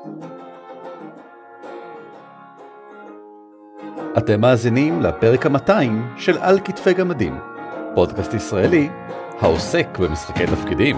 אתם מאזינים לפרק 200 של על כתפי גמדים, פודקאסט ישראלי העוסק במשחקי תפקידים.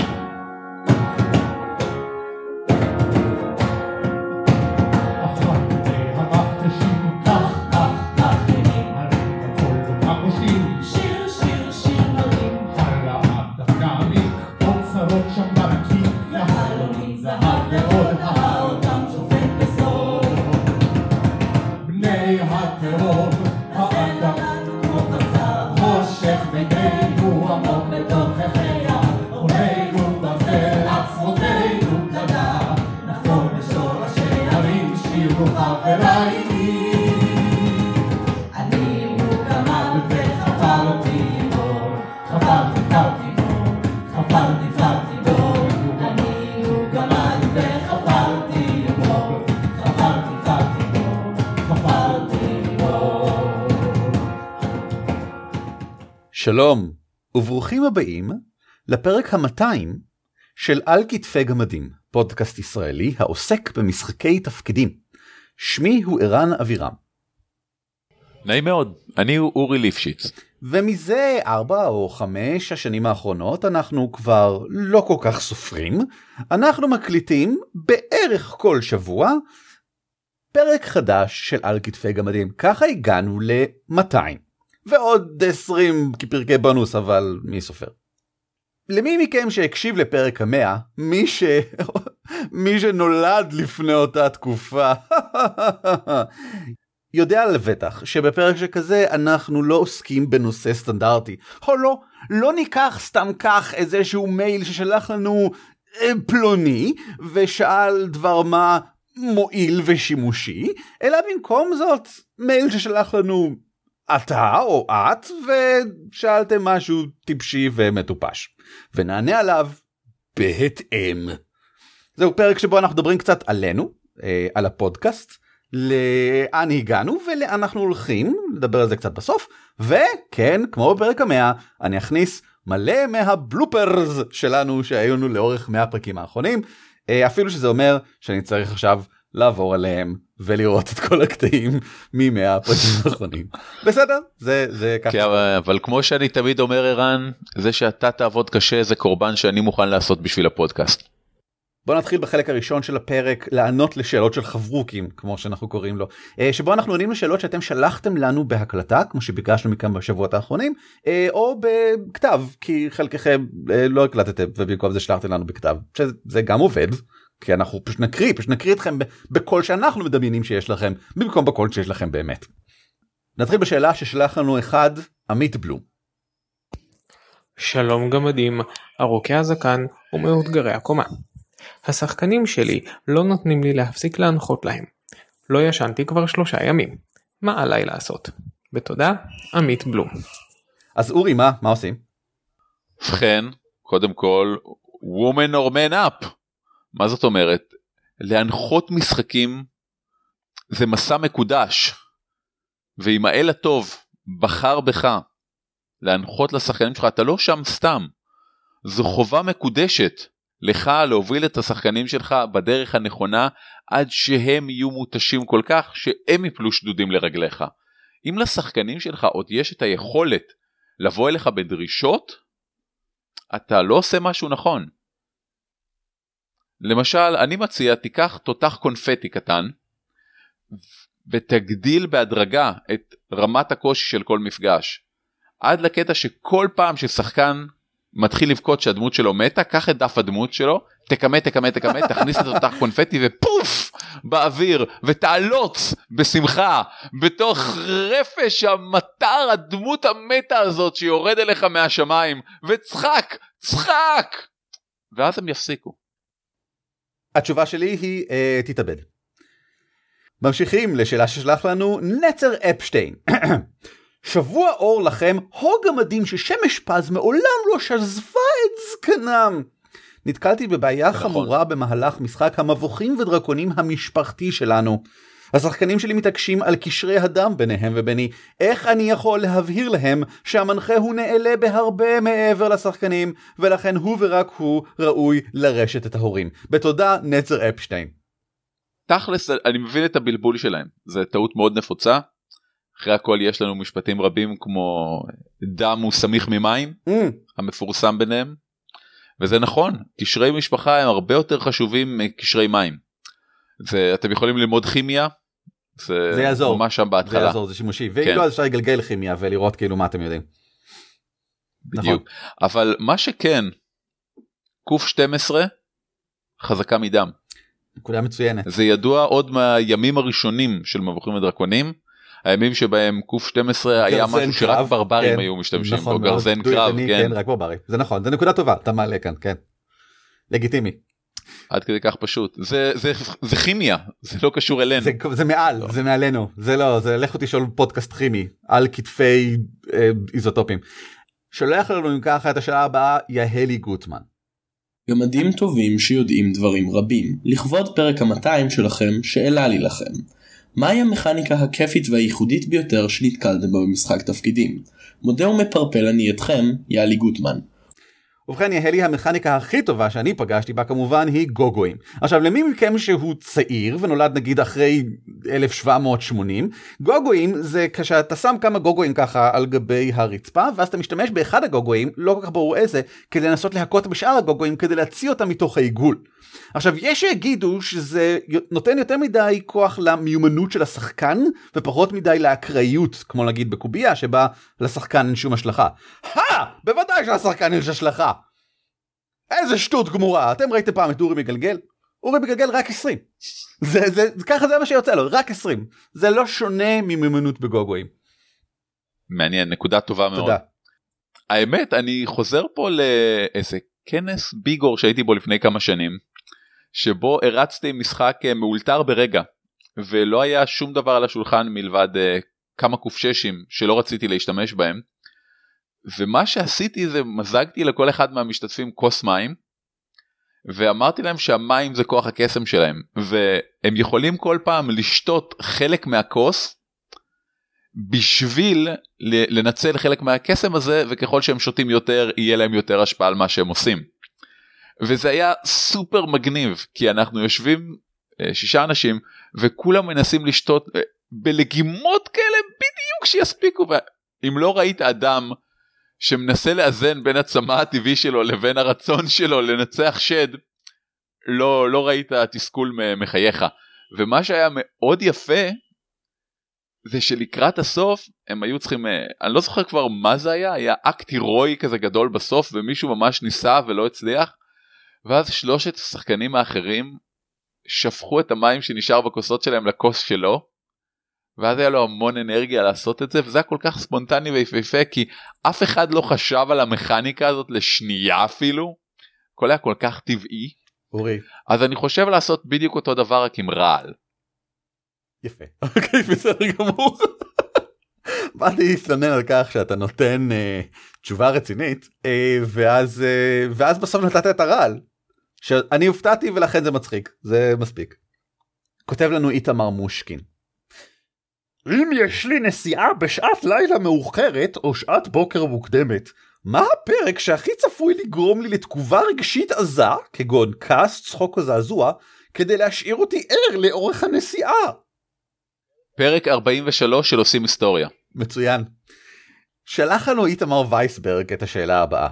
שלום וברוכים הבאים לפרק 200 של על כתפי גמדים, פודקאסט ישראלי העוסק במשחקי תפקידים. שמי הוא ערן אבירם. נעים מאוד, אני אורי ליפשיץ. ומזה 4 או 5 השנים האחרונות אנחנו כבר לא כל כך סופרים. אנחנו מקליטים בערך כל שבוע פרק חדש של על כתפי גמדים. ככה הגענו ל-200. ועוד 20 כפרקי בונוס, אבל מי סופר? למי מכם שהקשיב לפרק 100, מי שנולד לפני אותה תקופה, יודע לבטח שבפרק שכזה אנחנו לא עוסקים בנושא סטנדרטי. או לא ניקח סתם כך איזשהו מייל ששלח לנו פלוני, ושאל דבר מה מועיל ושימושי, אלא במקום זאת מייל ששלח לנו אתה או את, ושאלתם משהו טיפשי ומטופש, ונענה עליו בהתאם. זהו פרק שבו אנחנו מדברים קצת עלינו, על הפודקאסט, לאן הגענו ולאן אנחנו הולכים, לדבר על זה קצת בסוף, וכן, כמו בפרק 100, אני אכניס מלא מהבלופרס שלנו שהיו לנו לאורך 100 הפרקים האחרונים, אפילו שזה אומר שאני צריך עכשיו לעבור עליהם ולראות את כל הקטעים מ100 הפרקים האחרונים. בסדר? זה ככה. כן, אבל כמו שאני תמיד אומר ערן, זה שאתה תעבוד קשה זה קורבן שאני מוכן לעשות בשביל הפודקאסט. בוא נתחיל בחלק הראשון של הפרק, לענות לשאלות של חברוקים, כמו שאנחנו קוראים לו, שבו אנחנו עונים לשאלות שאתם שלחתם לנו בהקלטה, כמו שביקשנו מכם בשבועות האחרונים, או בכתב, כי חלקכם לא הקלטתם, ובמקום זה שלחתם לנו בכתב, שזה גם עובד, כי אנחנו פשוט נקריא אתכם בכל שאנחנו מדמיינים שיש לכם, במקום בכל שיש לכם באמת. נתחיל בשאלה ששלח לנו אחד, עמית בלום. שלום גמדים, ארוכי הזקן ומאותגרי הקומה. השחקנים שלי לא נותנים לי להפסיק להנחות להם. לא ישנתי כבר 3 ימים. מה עליי לעשות? בתודה, עמית בלום. אז אורי, מה עושים? ובכן, קודם כל, woman or man up. מה זאת אומרת? להנחות משחקים זה מסע מקודש, ואם האל הטוב בחר בך להנחות לשחקנים שלך, אתה לא שם סתם. זו חובה מקודשת לך להוביל את השחקנים שלך בדרך הנכונה, עד שהם יהיו מותשים כל כך שהם יפלו שדודים לרגליך. אם לשחקנים שלך עוד יש את היכולת לבוא אליך בדרישות, אתה לא עושה משהו נכון. למשל, אני מציע, תיקח תותח קונפטי קטן, ותגדיל בהדרגה את רמת הקושי של כל מפגש, עד לקטע שכל פעם ששחקן מתחיל לבכות שהדמות שלו מתה, קח את דף הדמות שלו, תקמה, תכניס את תותח קונפטי ופוף באוויר, ותעלוץ בשמחה, בתוך רפש המטר הדמות המתה הזאת שיורד אליך מהשמיים, וצחק, ואז הם יפסיקו. התשובה שלי היא תתאבד. ממשיכים לשאלה ששלח לנו נצר אפשטיין. שבוע אור לכם, הוג המדים ששמש פז מעולם לא שזפה את זקנם. נתקלתי בבעיה חמורה במהלך משחק המבוכים ודרקונים המשפחתי שלנו. השחקנים שלי מתעקשים על קשרי הדם ביניהם וביני. איך אני יכול להבהיר להם שהמנחה הוא נעלה בהרבה מעבר לשחקנים, ולכן הוא ורק הוא ראוי לרשת את ההורים. בתודה, נצר אפשטיין. תכלס, אני מבין את הבלבול שלהם, זה טעות מאוד נפוצה, אחרי הכל יש לנו משפטים רבים כמו דם הוא סמיך ממים, המפורסם ביניהם, וזה נכון, קשרי משפחה הם הרבה יותר חשובים מקשרי מים. אתם יכולים ללמוד כימיה, זה יעזור, ממש שם בהתחלה. זה יעזור, זה שימושי, ואם לא, אז אפשר לגלגל כימיה ולראות כאילו מה אתם יודעים. בדיוק, אבל מה שכן, קוף 12 חזקה מדם. נקודה מצוינת. זה ידוע עוד מהימים הראשונים של מבוכים ודרקונים, הימים שבהם קוף 12 היה משהו שרק ברברים היו משתמשים בו, גרזן קרב, כן, רק ברברים, זה נכון, זה נקודה טובה, אתה מעלה כאן, כן, לגיטימי. עד כדי כך פשוט, זה כימיה, זה לא קשור אלינו. זה מעל, זה מעלינו, זה לא, זה לכו תשאול פודקאסט כימי, על כתפי איזוטופים. שולח לנו אם ככה את השאלה הבאה, יהלי גוטמן. גמדים טובים שיודעים דברים רבים, לכבוד פרק ה-200 שלכם, שאלה לי לכם. מהי המכניקה הכיפית והייחודית ביותר שנתקלתם בה במשחק תפקידים? מודה ומפרפל אני אתכם, יהלי גוטמן. ובכן, יהלי, המכניקה הכי טובה שאני פגשתי בה כמובן היא גוגויים. עכשיו, למי מכם שהוא צעיר ונולד נגיד אחרי 1780, גוגויים זה כשאתה שם כמה גוגויים ככה על גבי הרצפה, ואז אתה משתמש באחד הגוגויים, לא כל כך ברור איזה, כדי לנסות להכות בשאר הגוגויים כדי להוציא אותם מתוך העיגול. עכשיו, יש שיגידו שזה נותן יותר מדי כוח למיומנות של השחקן, ופחות מדי לאקראיות, כמו נגיד בקוביה, שבה לשחקן אין שום השלכה. בוודאי שלשחקן יש השלכה. איזה שטות גמורה. אתם ראיתם פעם את אורי מגלגל? אורי מגלגל רק 20. ככה זה מה שיוצא לו, רק 20. זה לא שונה ממיומנות בגוגויים. מעניין, נקודה טובה מאוד. תודה. האמת, אני חוזר פה לאיזה כנס ביגור שהייתי בו לפני כמה שנים, שבו הרצתי משחק מאולתר ברגע, ולא היה שום דבר על השולחן מלבד כמה קופששים שלא רציתי להשתמש בהם, ומה שעשיתי זה מזגתי לכל אחד מהמשתתפים כוס מים, ואמרתי להם שהמים זה כוח הקסם שלהם, והם יכולים כל פעם לשתות חלק מהכוס, בשביל לנצל חלק מהקסם הזה, וככל שהם שותים יותר, יהיה להם יותר השפעה על מה שהם עושים. וזה היה סופר מגניב, כי אנחנו יושבים 6 אנשים, וכולם מנסים לשתות בלגימות כאלה בדיוק שיספיקו, ואם לא ראית אדם שמנסה לאזן בין הצמא הטבעי שלו לבין הרצון שלו לנצח שד, לא ראית תסכול מחייך. ומה שהיה מאוד יפה, זה שלקראת הסוף הם היו צריכים, אני לא זוכר כבר מה זה היה אקט הירואי כזה גדול בסוף, ומישהו ממש ניסה ולא הצליח, ואז 3 השחקנים האחרים שפכו את המים שנשאר בכוסות שלהם לכוס שלו, ואז היה לו המון אנרגיה לעשות את זה, וזה היה כל כך ספונטני ויפהפה, כי אף אחד לא חשב על המכניקה הזאת לשנייה אפילו, הכל היה כל כך טבעי. אורי. אז אני חושב לעשות בדיוק אותו דבר רק עם רעל. יפה. אוקיי, בסדר גמור. באתי להסתנן על כך שאתה נותן תשובה רצינית, ואז בסוף נתת את הרעל. שאני הופתעתי ולכן זה מצחיק, זה מספיק. כותב לנו איתמר מושקין. אם יש לי נסיעה בשעת לילה מאוחרת או שעת בוקר מוקדמת, מה הפרק שהכי צפוי לגרום לי לתגובה רגשית עזה, כגון כעס, צחוק או זעזוע, כדי להשאיר אותי ער לאורך הנסיעה? פרק 43 של עושים היסטוריה. מצוין. שלח לנו איתמר וייסברג את השאלה הבאה.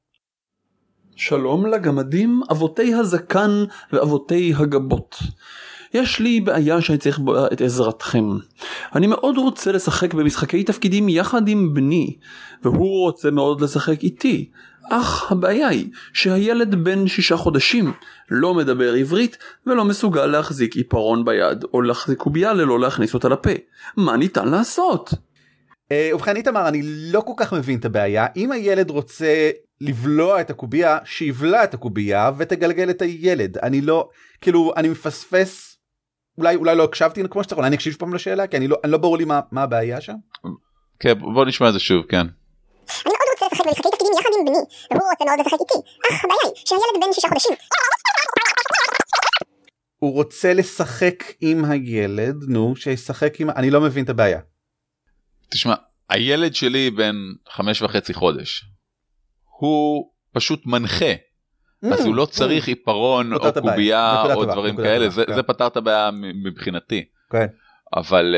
שלום לגמדים, אבותי הזקן ואבותי הגבות. יש לי בעיה שאני צריך את עזרתכם. אני מאוד רוצה לשחק במשחקי תפקידים יחד עם בני, והוא רוצה מאוד לשחק איתי. אך הבעיה היא שהילד בן 6 חודשים לא מדבר עברית ולא מסוגל להחזיק עיפרון ביד או להחזיק קוביה ללא להכניס אותה לפה. מה ניתן לעשות? ובכן איתמר, אני לא כל כך מבין את הבעיה. אם הילד רוצה לבלוע את הקוביה, שיבלע את הקוביה ותגלגל את הילד. אני לא, כאילו, אני מפספס, אולי לא הקשבתי כמו שצריך, אולי אני אקשיב פעם לשאלה, כי אני לא ברור לי מה הבעיה שם. כן, בוא נשמע את זה שוב, כן. אני מאוד רוצה לשחק במשחקי תפקידים יחד עם בני, והוא רוצה מאוד לשחק איתי. אך הבעיה היא שהילד בן 6 חודשים. הוא רוצה לשחק עם הילד, שישחק עם, אני לא מבין את הבעיה. תשמע, הילד שלי בן 5.5 חודש. הוא פשוט מנחה. אז הוא לא צריך עיפרון או קובייה או דברים כאלה, זה פתר את הבעיה מבחינתי. אבל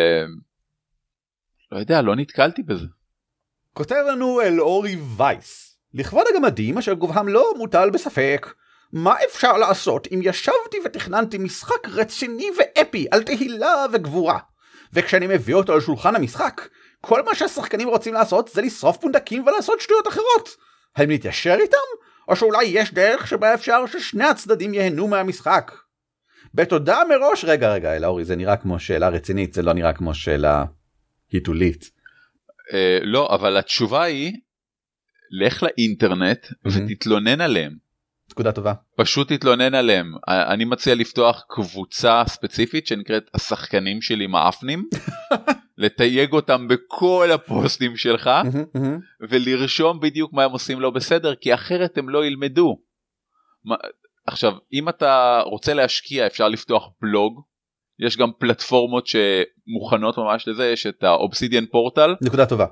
לא יודע, לא נתקלתי בזה. כותב לנו אלאורי וייס, לכבוד הגמדים אשר גובהם לא מוטל בספק, מה אפשר לעשות אם ישבתי ותכננתי משחק רציני ואפי על תהילה וגבורה, וכשאני מביא אותו על שולחן המשחק, כל מה שהשחקנים רוצים לעשות זה לשרוף פונדקים ולעשות שטויות אחרות. האם נתיישר איתם? או שאולי יש דרך שבה אפשר ששני הצדדים יהנו מהמשחק? בתודה מראש, רגע, אלאורי, זה נראה כמו שאלה רצינית, זה לא נראה כמו שאלה היתולית. לא, אבל התשובה היא, לך לאינטרנט ותתלונן עליהם. נקודה טובה. פשוט תתלונן עליהם. אני מציע לפתוח קבוצה ספציפית שנקראת השחקנים שלי מאפנים, לתייג אותם בכל הפוסטים שלך, ולרשום בדיוק מה הם עושים לא בסדר, כי אחרת הם לא ילמדו. עכשיו, אם אתה רוצה להשקיע, אפשר לפתוח בלוג, יש גם פלטפורמות שמוכנות ממש לזה, יש את האובסידיאן פורטל, נקודה טובה.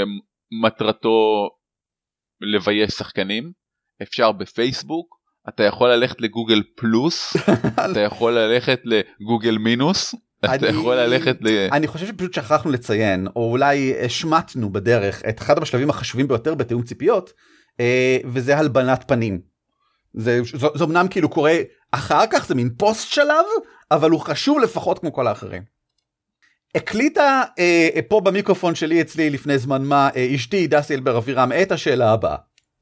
שמטרתו לבייש שחקנים, אפשר בפייסבוק, אתה יכול ללכת לגוגל פלוס, אתה יכול ללכת לגוגל מינוס, אתה יכול ללכת אני חושב שפשוט שכחנו לציין, או אולי השמטנו בדרך, את אחד השלבים החשובים ביותר בתיאום ציפיות, וזה הלבנת פנים. זה אמנם כאילו קורה אחר כך, זה מין פוסט שלב, אבל הוא חשוב לפחות כמו כל האחרים. הקליטה פה במיקרופון שלי אצלי לפני זמן מה, אשתי דסי אלבר אבירם, את השאלה הבאה.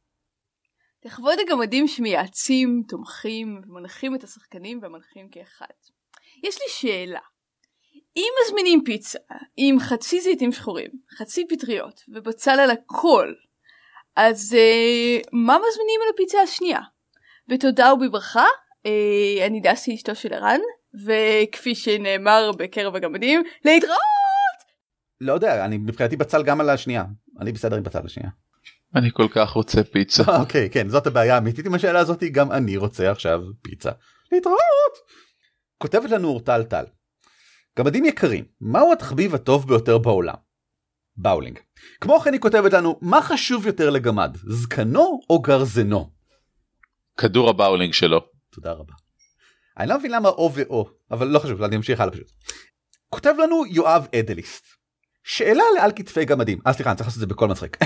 לכבוד הגמדים שמייעצים, תומכים ומנחים את השחקנים והמנחים כאחד. יש לי שאלה. אם מזמינים פיצה עם חצי זיתים שחורים, חצי פטריות ובצל על הכל, אז מה מזמינים על הפיצה השנייה? בתודה ובברכה, אני דסי אשתו של ערן, וכפי שנאמר בקרב הגמדים, להתראות! לא יודע, אני מבחינתי בצל גם על השנייה. אני בסדר עם בצל על השנייה. אני כל כך רוצה פיצה. אוקיי, כן, זאת הבעיה האמיתית עם השאלה הזאת, גם אני רוצה עכשיו פיצה. להתראות! כותבת לנו אורטל טל. גמדים יקרים, מהו התחביב הטוב ביותר בעולם? באולינג. כמו כן היא כותבת לנו, מה חשוב יותר לגמד, זקנו או גרזנו? כדור הבאולינג שלו. תודה רבה. אני לא מבין למה או ואו, אבל לא חשוב, אני אמשיך הלאה פשוט. כותב לנו יואב אדליסט. שאלה לעל כתפי גמדים. סליחה, אני צריך לעשות את זה בכל מצחיק.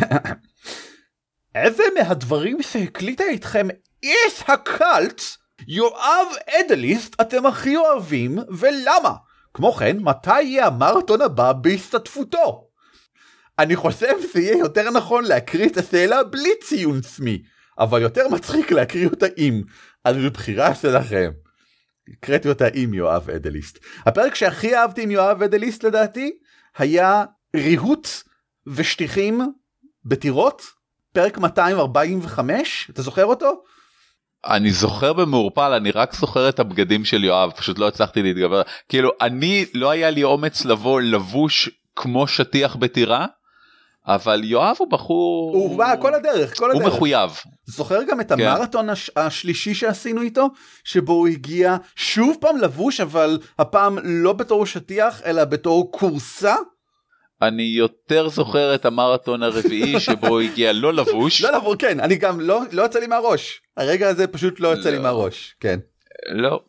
איזה מהדברים שהקליטה איתכם איס הקלט, יואב אדליסט, אתם הכי אוהבים, ולמה? כמו כן, מתי יהיה המרתון הבא בהשתתפותו? אני חושב שיהיה יותר נכון להקריא את השאלה בלי ציון עצמי, אבל יותר מצחיק להקריא אותה עם, אז זו בחירה שלכם. הקראתי אותה עם יואב אדליסט. הפרק שהכי אהבתי עם יואב אדליסט לדעתי, היה ריהוט ושטיחים בטירות, פרק 245, אתה זוכר אותו? אני זוכר במעורפל, אני רק זוכר את הבגדים של יואב, פשוט לא הצלחתי להתגבר, כאילו אני לא היה לי אומץ לבוא לבוש כמו שטיח בטירה, אבל יואב הוא בחור, הוא בא כל הדרך, הוא מחויב. זוכר גם את המרתון השלישי שעשינו איתו, שבו הוא הגיע שוב פעם לבוש, אבל הפעם לא בתור שטיח, אלא בתור קורסה? אני יותר זוכר את המרתון הרביעי, שבו הוא הגיע לא לבוש. לא לבוש, כן, אני גם לא יוצא לי מהראש. הרגע הזה פשוט לא יוצא לי מהראש, כן. לא.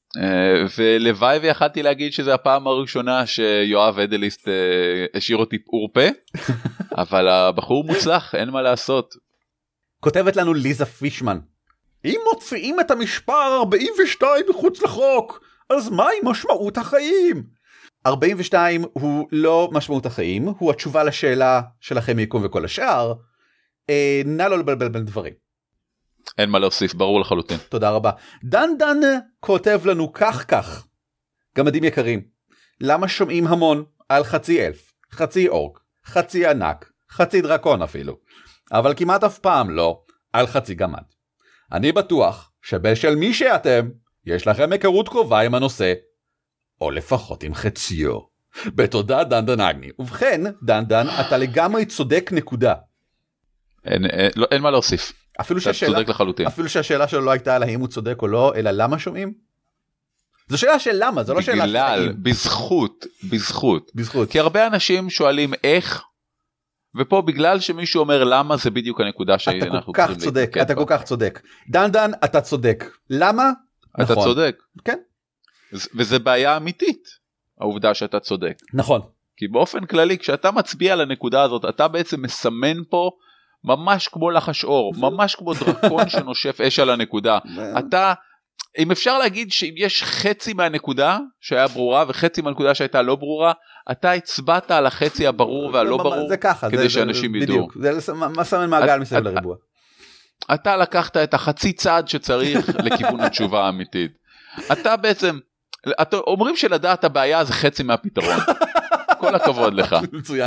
ולוואי ויכלתי להגיד שזה הפעם הראשונה שיואב אדליסט השאיר אותי פעור פה, אבל הבחור מוצלח, אין מה לעשות. כותבת לנו ליזה פישמן, אם מוציאים את המשפר 42 מחוץ לחוק, אז מהי משמעות החיים? 42 הוא לא משמעות החיים, הוא התשובה לשאלה שלכם מיקום וכל השאר, נא לא לבלבל בין דברים. אין מה להוסיף, ברור לחלוטין. תודה רבה. דן כותב לנו כך, גמדים יקרים, למה שומעים המון על חצי אלף, חצי אורק, חצי ענק, חצי דרקון אפילו, אבל כמעט אף פעם לא על חצי גמד. אני בטוח שבשל מי שאתם, יש לכם היכרות קרובה עם הנושא, או לפחות עם חציו. בתודה דן אגני. ובכן, דן, אתה לגמרי צודק נקודה. אין מה להוסיף. אפילו שהשאלה שלו לא הייתה על האם הוא צודק או לא, אלא למה שומעים? זו שאלה של למה, זו לא שאלה של האם. בזכות. כי הרבה אנשים שואלים איך, ופה בגלל שמישהו אומר למה זה בדיוק הנקודה שאנחנו צריכים להתמקד. אתה כל כך צודק. דן, אתה צודק. למה? אתה צודק. כן. וזה בעיה אמיתית, העובדה שאתה צודק. נכון. כי באופן כללי, כשאתה מצביע על הנקודה הזאת, אתה בעצם מסמן פה ממש כמו לחש אור, ממש כמו דרקון שנושף אש על הנקודה. אתה, אם אפשר להגיד שאם יש חצי מהנקודה שהיה ברורה וחצי מהנקודה שהייתה לא ברורה, אתה הצבעת על החצי הברור והלא ברור, כדי שאנשים ידעו. זה מסמן מעגל מסביב לריבוע. אתה לקחת את החצי צעד שצריך לכיוון התשובה האמיתית. אתה בעצם, אומרים שלדעת הבעיה זה חצי מהפתרון. כל הכבוד לך. מצוין.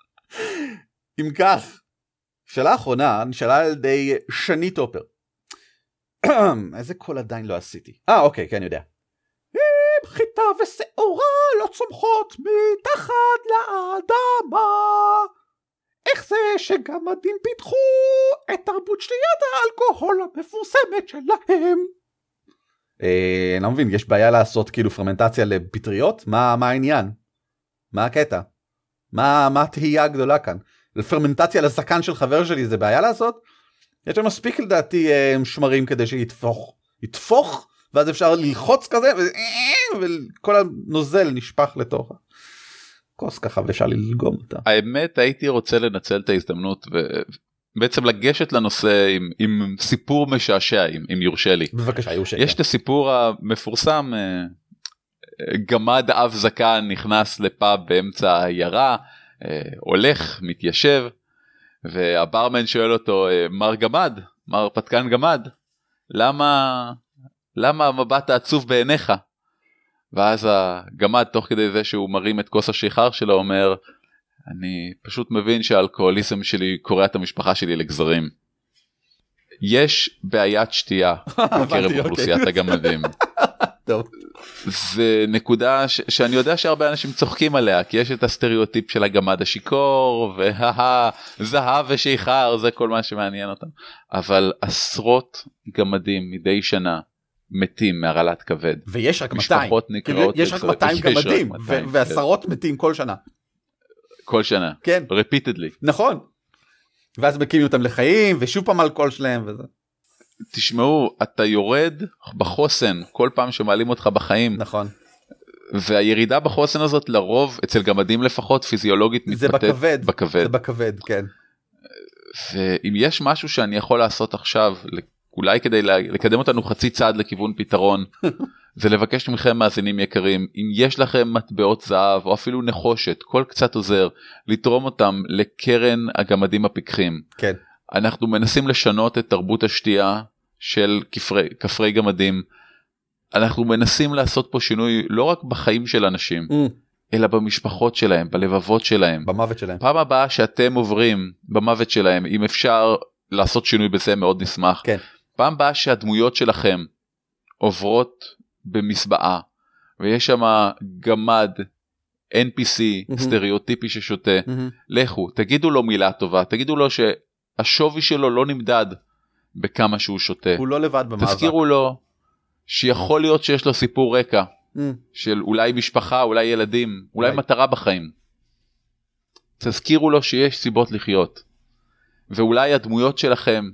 אם כך, שאלה האחרונה נשאלה על ידי שני טופר. איזה קול עדיין לא עשיתי. אוקיי, כן, אני יודע. חיטה ושעורה לא צומחות מתחת לאדמה. איך זה שגמדים פיתחו את תרבות שתיית האלכוהול המפורסמת שלהם? אני לא מבין, יש בעיה לעשות כאילו פרמנטציה לפטריות? מה העניין? מה הקטע? מה התהייה הגדולה כאן? לפרמנטציה לזקן של חבר שלי זה בעיה לעשות? יש שם מספיק לדעתי שמרים כדי שיתפוך, ואז אפשר ללחוץ כזה, וכל הנוזל נשפך לתוך הכוס ככה, ואפשר ללגום אותה. האמת, הייתי רוצה לנצל את ההזדמנות, ובעצם לגשת לנושא עם סיפור משעשע, אם יורשה לי. בבקשה, יורשה. יש את הסיפור המפורסם, גמד אב זקן נכנס לפאב באמצע העיירה, הולך, מתיישב, והברמן שואל אותו, מר גמד, מר פתקן גמד, למה המבט העצוב בעיניך? ואז הגמד, תוך כדי זה שהוא מרים את כוס השיכר שלו, אומר, אני פשוט מבין שהאלכוהוליזם שלי קורע את המשפחה שלי לגזרים. יש בעיית שתייה בקרב אוכלוסיית הגמדים. טוב. זה נקודה שאני יודע שהרבה אנשים צוחקים עליה, כי יש את הסטריאוטיפ של הגמד השיקור, זהב ושיכר, זה כל מה שמעניין אותם. אבל עשרות גמדים מדי שנה מתים מהרעלת כבד. ויש רק 200. יש רק 200 גמדים, ועשרות מתים כל שנה. כל שנה. כן. repeatedly. נכון. ואז מקימים אותם לחיים, ושוב פעם אלכוהול שלהם וזה. תשמעו, אתה יורד בחוסן כל פעם שמעלים אותך בחיים. נכון. והירידה בחוסן הזאת לרוב, אצל גמדים לפחות, פיזיולוגית מתבטאת בכבד. זה בכבד, כן. ואם יש משהו שאני יכול לעשות עכשיו, אולי כדי לקדם אותנו חצי צעד לכיוון פתרון, זה לבקש מכם מאזינים יקרים, אם יש לכם מטבעות זהב, או אפילו נחושת, כל קצת עוזר, לתרום אותם לקרן הגמדים הפיקחים. כן. אנחנו מנסים לשנות את תרבות השתייה של כפרי גמדים. אנחנו מנסים לעשות פה שינוי לא רק בחיים של אנשים, אלא במשפחות שלהם, בלבבות שלהם. במוות שלהם. פעם הבאה שאתם עוברים במוות שלהם, אם אפשר לעשות שינוי בזה, מאוד נשמח. כן. פעם הבאה שהדמויות שלכם עוברות במסבעה, ויש שם גמד, NPC, סטריאוטיפי ששותה, לכו, תגידו לו מילה טובה, תגידו לו שהשווי שלו לא נמדד בכמה שהוא שותה. הוא לא לבד במאבק. תזכירו לו שיכול להיות שיש לו סיפור רקע, של אולי משפחה, אולי ילדים, אולי מטרה בחיים. תזכירו לו שיש סיבות לחיות. ואולי הדמויות שלכם,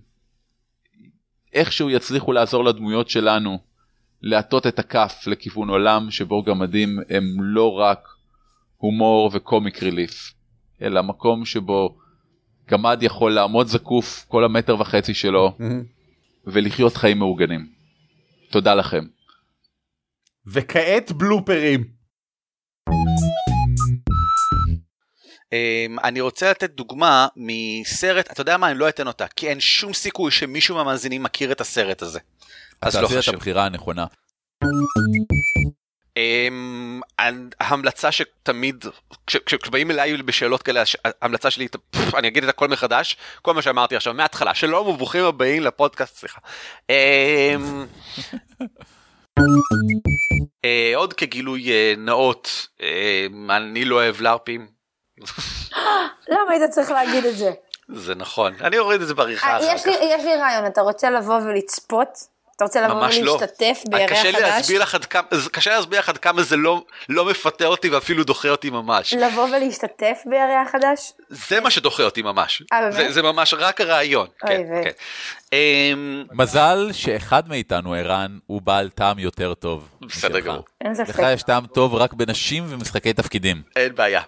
איכשהו יצליחו לעזור לדמויות שלנו, להטות את הכף לכיוון עולם שבו גמדים הם לא רק הומור וקומיק ריליף, אלא מקום שבו גמד יכול לעמוד זקוף כל 1.5 מטר שלו, ולחיות חיים מאורגנים. תודה לכם. וכעת בלופרים. אני רוצה לתת דוגמה מסרט, אתה יודע מה, אני לא אתן אותה, כי אין שום סיכוי שמישהו מהמאזינים מכיר את הסרט הזה. אז לא חשוב. תעשי את הבחירה הנכונה. ההמלצה שתמיד, כשבאים אליי בשאלות כאלה, ההמלצה שלי, אני אגיד את הכל מחדש, כל מה שאמרתי עכשיו מההתחלה, שלום וברוכים הבאים לפודקאסט, סליחה. עוד כגילוי נאות, אני לא אוהב לארפים. למה היית צריך להגיד את זה? זה נכון, אני אוריד את זה בעריכה אחר כך. יש לי רעיון, אתה רוצה לבוא ולצפות אתה רוצה לבוא ולהשתתף בירח חדש? קשה להסביר לך עד כמה זה לא מפתה אותי ואפילו דוחה אותי ממש. לבוא ולהשתתף בירח חדש? זה מה שדוחה אותי ממש. באמת? זה ממש רק הרעיון. מזל שאחד מאיתנו, ערן, הוא בעל טעם יותר טוב. בסדר גמור. אין ספק. לך יש טעם טוב רק בנשים ומשחקי תפקידים. אין בעיה.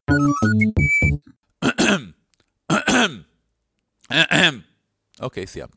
אוקיי, סיימתי.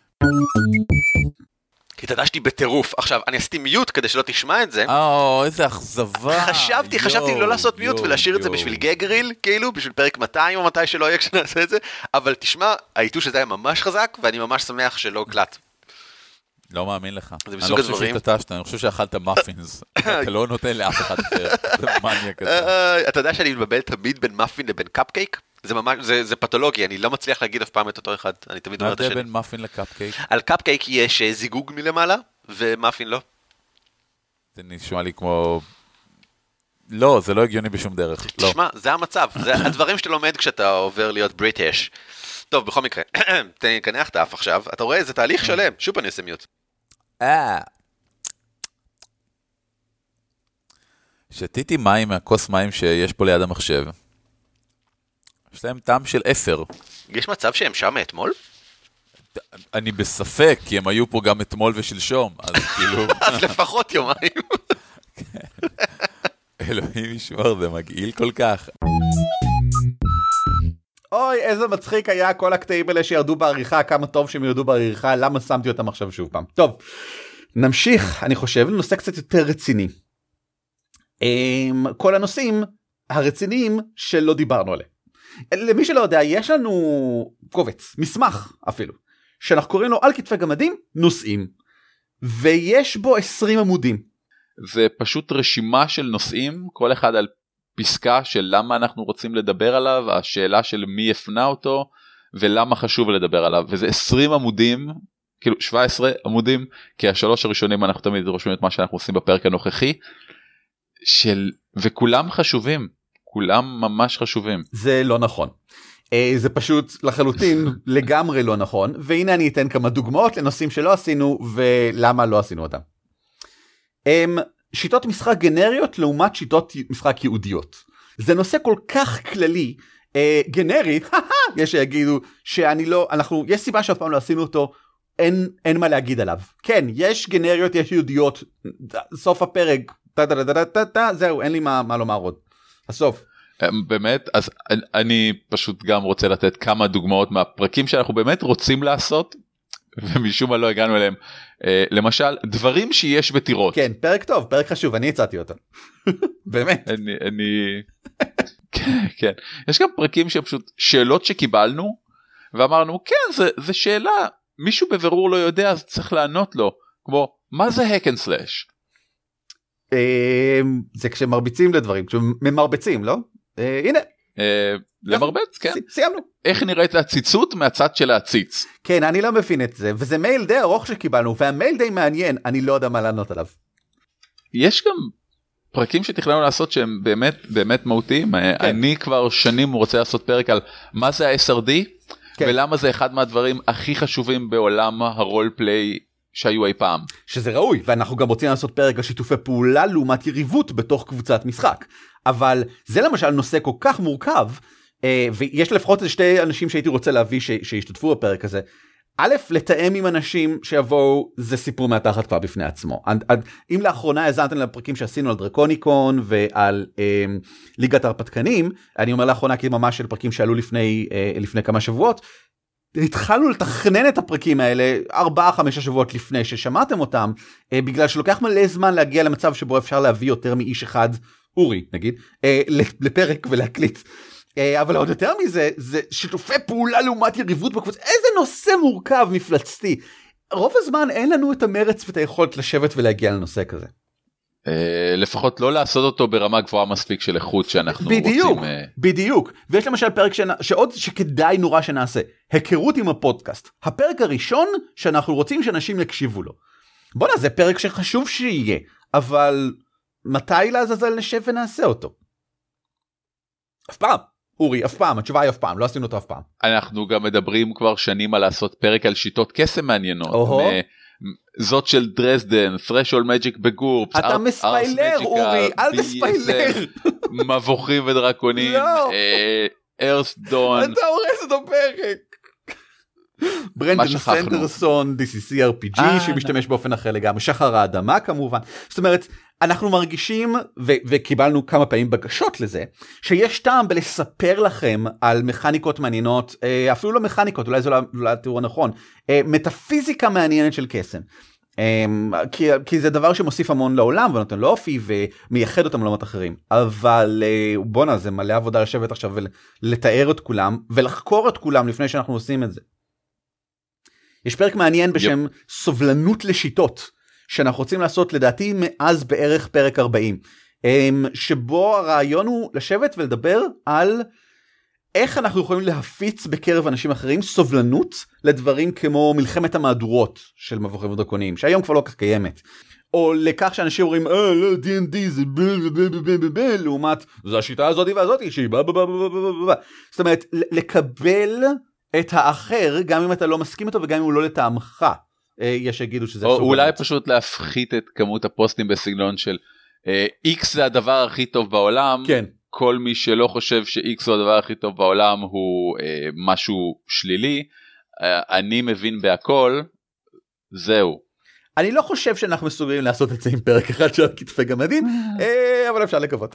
כי תדשתי בטירוף. עכשיו, אני עשיתי מיוט כדי שלא תשמע את זה. איזה אכזבה. חשבתי לא לעשות מיוט ולהשאיר את זה בשביל גגריל, כאילו, בשביל פרק 200 או מתי שלא יהיה כשנעשה את זה, אבל תשמע, העיתוש הזה היה ממש חזק, ואני ממש שמח שלא הקלט. לא מאמין לך. זה מסוג הדברים. אני לא חושב שהתעטשת, אני חושב שאכלת מאפינס. אתה לא נותן לאף אחד אחר. זה מניאק כזה. אתה יודע שאני מבלבל תמיד בין מאפין לבין קפקייק? זה ממש, זה פתולוגי, אני לא מצליח להגיד אף פעם את אותו אחד. אני תמיד אומר את השני. מה זה בין מאפין לקפקייק? על קפקייק יש זיגוג מלמעלה, ומאפין לא. זה נשמע לי כמו... לא, זה לא הגיוני בשום דרך. תשמע, זה המצב. זה הדברים שאתה לומד כשאתה עובר להיות בריטיש. טוב, בכל מקרה, תקנח את האף עכשיו. אתה רואה, זה תהליך שלם. שוב אני עושה מיוט. שתיתי מים מהכוס מים שיש פה ליד המחשב. יש להם טעם של 10. יש מצב שהם שם מאתמול? אני בספק, כי הם היו פה גם אתמול ושלשום, אז כאילו... אז לפחות יומיים. אלוהים ישמור, זה מגעיל כל כך. אוי, איזה מצחיק היה כל הקטעים האלה שירדו בעריכה, כמה טוב שהם ירדו בעריכה, למה שמתי אותם עכשיו שוב פעם. טוב, נמשיך, אני חושב, לנושא קצת יותר רציני. כל הנושאים הרציניים שלא דיברנו עליהם. למי שלא יודע, יש לנו קובץ, מסמך אפילו, שאנחנו קוראים לו על כתפי גמדים, נושאים, ויש בו 20 עמודים. זה פשוט רשימה של נושאים, כל אחד על פסקה של למה אנחנו רוצים לדבר עליו, השאלה של מי הפנה אותו, ולמה חשוב לדבר עליו, וזה 20 עמודים, כאילו 17 עמודים, כי השלוש הראשונים אנחנו תמיד רושמים את מה שאנחנו עושים בפרק הנוכחי, וכולם חשובים, כולם ממש חשובים. זה לא נכון. זה פשוט לחלוטין לגמרי לא נכון, והנה אני אתן כמה דוגמאות לנושאים שלא עשינו, ולמה לא עשינו אותם. שיטות משחק גנריות לעומת שיטות משחק יהודיות. זה נושא כל כך כללי, גנרי, יש שיגידו שאני לא, יש סיבה שאף פעם לא עשינו אותו, אין מה להגיד עליו. כן, יש גנריות, יש יהודיות, סוף הפרק, זהו, אין לי מה לומר עוד. הסוף. באמת, אז אני פשוט גם רוצה לתת כמה דוגמאות מהפרקים שאנחנו באמת רוצים לעשות, ומשום מה לא הגענו אליהם. למשל, דברים שיש בטירות. כן, פרק טוב, פרק חשוב, אני הצעתי אותו. באמת. כן, יש גם פרקים שפשוט שאלות שקיבלנו, ואמרנו, כן, זה שאלה, מישהו בבירור לא יודע, אז צריך לענות לו, כמו, מה זה hack and slash? זה כשמרביצים לדברים, כשמרבצים, לא? הנה. למרבץ, כן. סיימנו. איך נראית הציצות מהצד של העציץ? כן, אני לא מבין את זה, וזה מייל די ארוך שקיבלנו, והמייל די מעניין, אני לא יודע מה לענות עליו. יש גם פרקים שתכננו לעשות שהם באמת באמת מהותיים. אני כבר שנים רוצה לעשות פרק על מה זה ה-SRD, ולמה זה אחד מהדברים הכי חשובים בעולם הרול פליי שהיו אי פעם. שזה ראוי, ואנחנו גם רוצים לעשות פרק על שיתופי פעולה לעומת יריבות בתוך קבוצת משחק. אבל זה למשל נושא כל כך מורכב, ויש לפחות שתי אנשים שהייתי רוצה להביא שישתתפו בפרק הזה. א', לתאם עם אנשים שיבואו, זה סיפור מהתחת כבר בפני עצמו. אם לאחרונה הזנתם לפרקים שעשינו על דרקוניקון ועל ליגת הרפתקנים, אני אומר לאחרונה כי ממש של פרקים שעלו לפני כמה שבועות, התחלנו לתכנן את הפרקים האלה 4-5 שבועות לפני ששמעתם אותם, בגלל שלוקח מלא זמן להגיע למצב שבו אפשר להביא יותר מאיש אחד, אורי נגיד, לפרק ולהקליט. אבל עוד יותר מזה, זה שיתופי פעולה לעומת יריבות בקבוצה, איזה נושא מורכב מפלצתי. רוב הזמן אין לנו את המרץ ואת היכולת לשבת ולהגיע לנושא כזה. לפחות לא לעשות אותו ברמה גבוהה מספיק של איכות שאנחנו בדיוק, רוצים. בדיוק, ויש למשל פרק שעוד שכדאי נורא שנעשה, היכרות עם הפודקאסט. הפרק הראשון שאנחנו רוצים שאנשים יקשיבו לו. בוא נעשה פרק שחשוב שיהיה, אבל מתי לעזאזל נשב ונעשה אותו? אף פעם. אורי, אף פעם, התשובה היא אף פעם, לא עשינו אותו אף פעם. אנחנו גם מדברים כבר שנים על לעשות פרק על שיטות קסם מעניינות. זאת של דרזדן, Threshold Magic בגורפס, אתה מספיילר אורי, אל תספיילר. מבוכים ודרקונים, ארסדון. אתה הורס את הפרק. ברנדן סנדרסון, DCCRPG שמשתמש באופן אחר לגמרי, שחר האדמה כמובן. זאת אומרת, אנחנו מרגישים, וקיבלנו כמה פעמים בקשות לזה, שיש טעם בלספר לכם על מכניקות מעניינות, אפילו לא מכניקות, אולי זה לא התיאור הנכון, מטאפיזיקה מעניינת של קסם. כי זה דבר שמוסיף המון לעולם ונותן לו אופי ומייחד אותם לעולמות אחרים. אבל בונה, זה מלא עבודה לשבת עכשיו ולתאר את כולם ולחקור את כולם לפני שאנחנו עושים את זה. יש פרק מעניין בשם סובלנות לשיטות, שאנחנו רוצים לעשות לדעתי מאז בערך פרק 40, שבו הרעיון הוא לשבת ולדבר על איך אנחנו יכולים להפיץ בקרב אנשים אחרים סובלנות לדברים כמו מלחמת המהדורות של מבוכים ודרקונים, שהיום כבר לא כך קיימת. או לכך שאנשים אומרים, לא, D&D זה לעומת, זו השיטה הזאת והזאת, שהיא זאת אומרת, לקבל את האחר, גם אם אתה לא מסכים איתו וגם אם הוא לא לטעמך, יש שיגידו שזה סובלנות. או אולי פשוט להפחית את כמות הפוסטים בסגנון של, X זה הדבר הכי טוב בעולם, כן. כל מי שלא חושב ש-X הוא הדבר הכי טוב בעולם הוא משהו שלילי, אני מבין בהכל, זהו. אני לא חושב שאנחנו מסוגלים לעשות את זה עם פרק אחד של כתפי גמדים, אבל אפשר לקוות.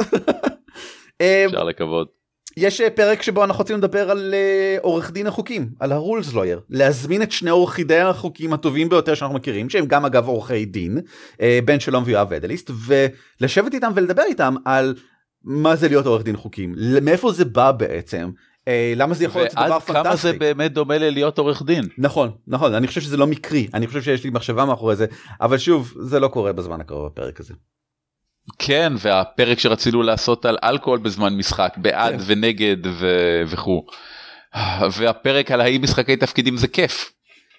אפשר לקוות. יש פרק שבו אנחנו רוצים לדבר על עורך דין החוקים, על הרולס לויר, להזמין את שני עורכי החוקים הטובים ביותר שאנחנו מכירים, שהם גם אגב עורכי דין, בן שלום ויואב אדליסט, ולשבת איתם ולדבר איתם על מה זה להיות עורך דין חוקים, מאיפה זה בא בעצם, למה זה יכול להיות דבר פנטסטי. ועד כמה זה באמת דומה ללהיות עורך דין. נכון, נכון, אני חושב שזה לא מקרי, אני חושב שיש לי מחשבה מאחורי זה, אבל שוב, זה לא קורה בזמן הקרוב בפרק הזה. כן, והפרק שרצינו לעשות על אלכוהול בזמן משחק, בעד ונגד וכו'. והפרק על האם משחקי תפקידים זה כיף.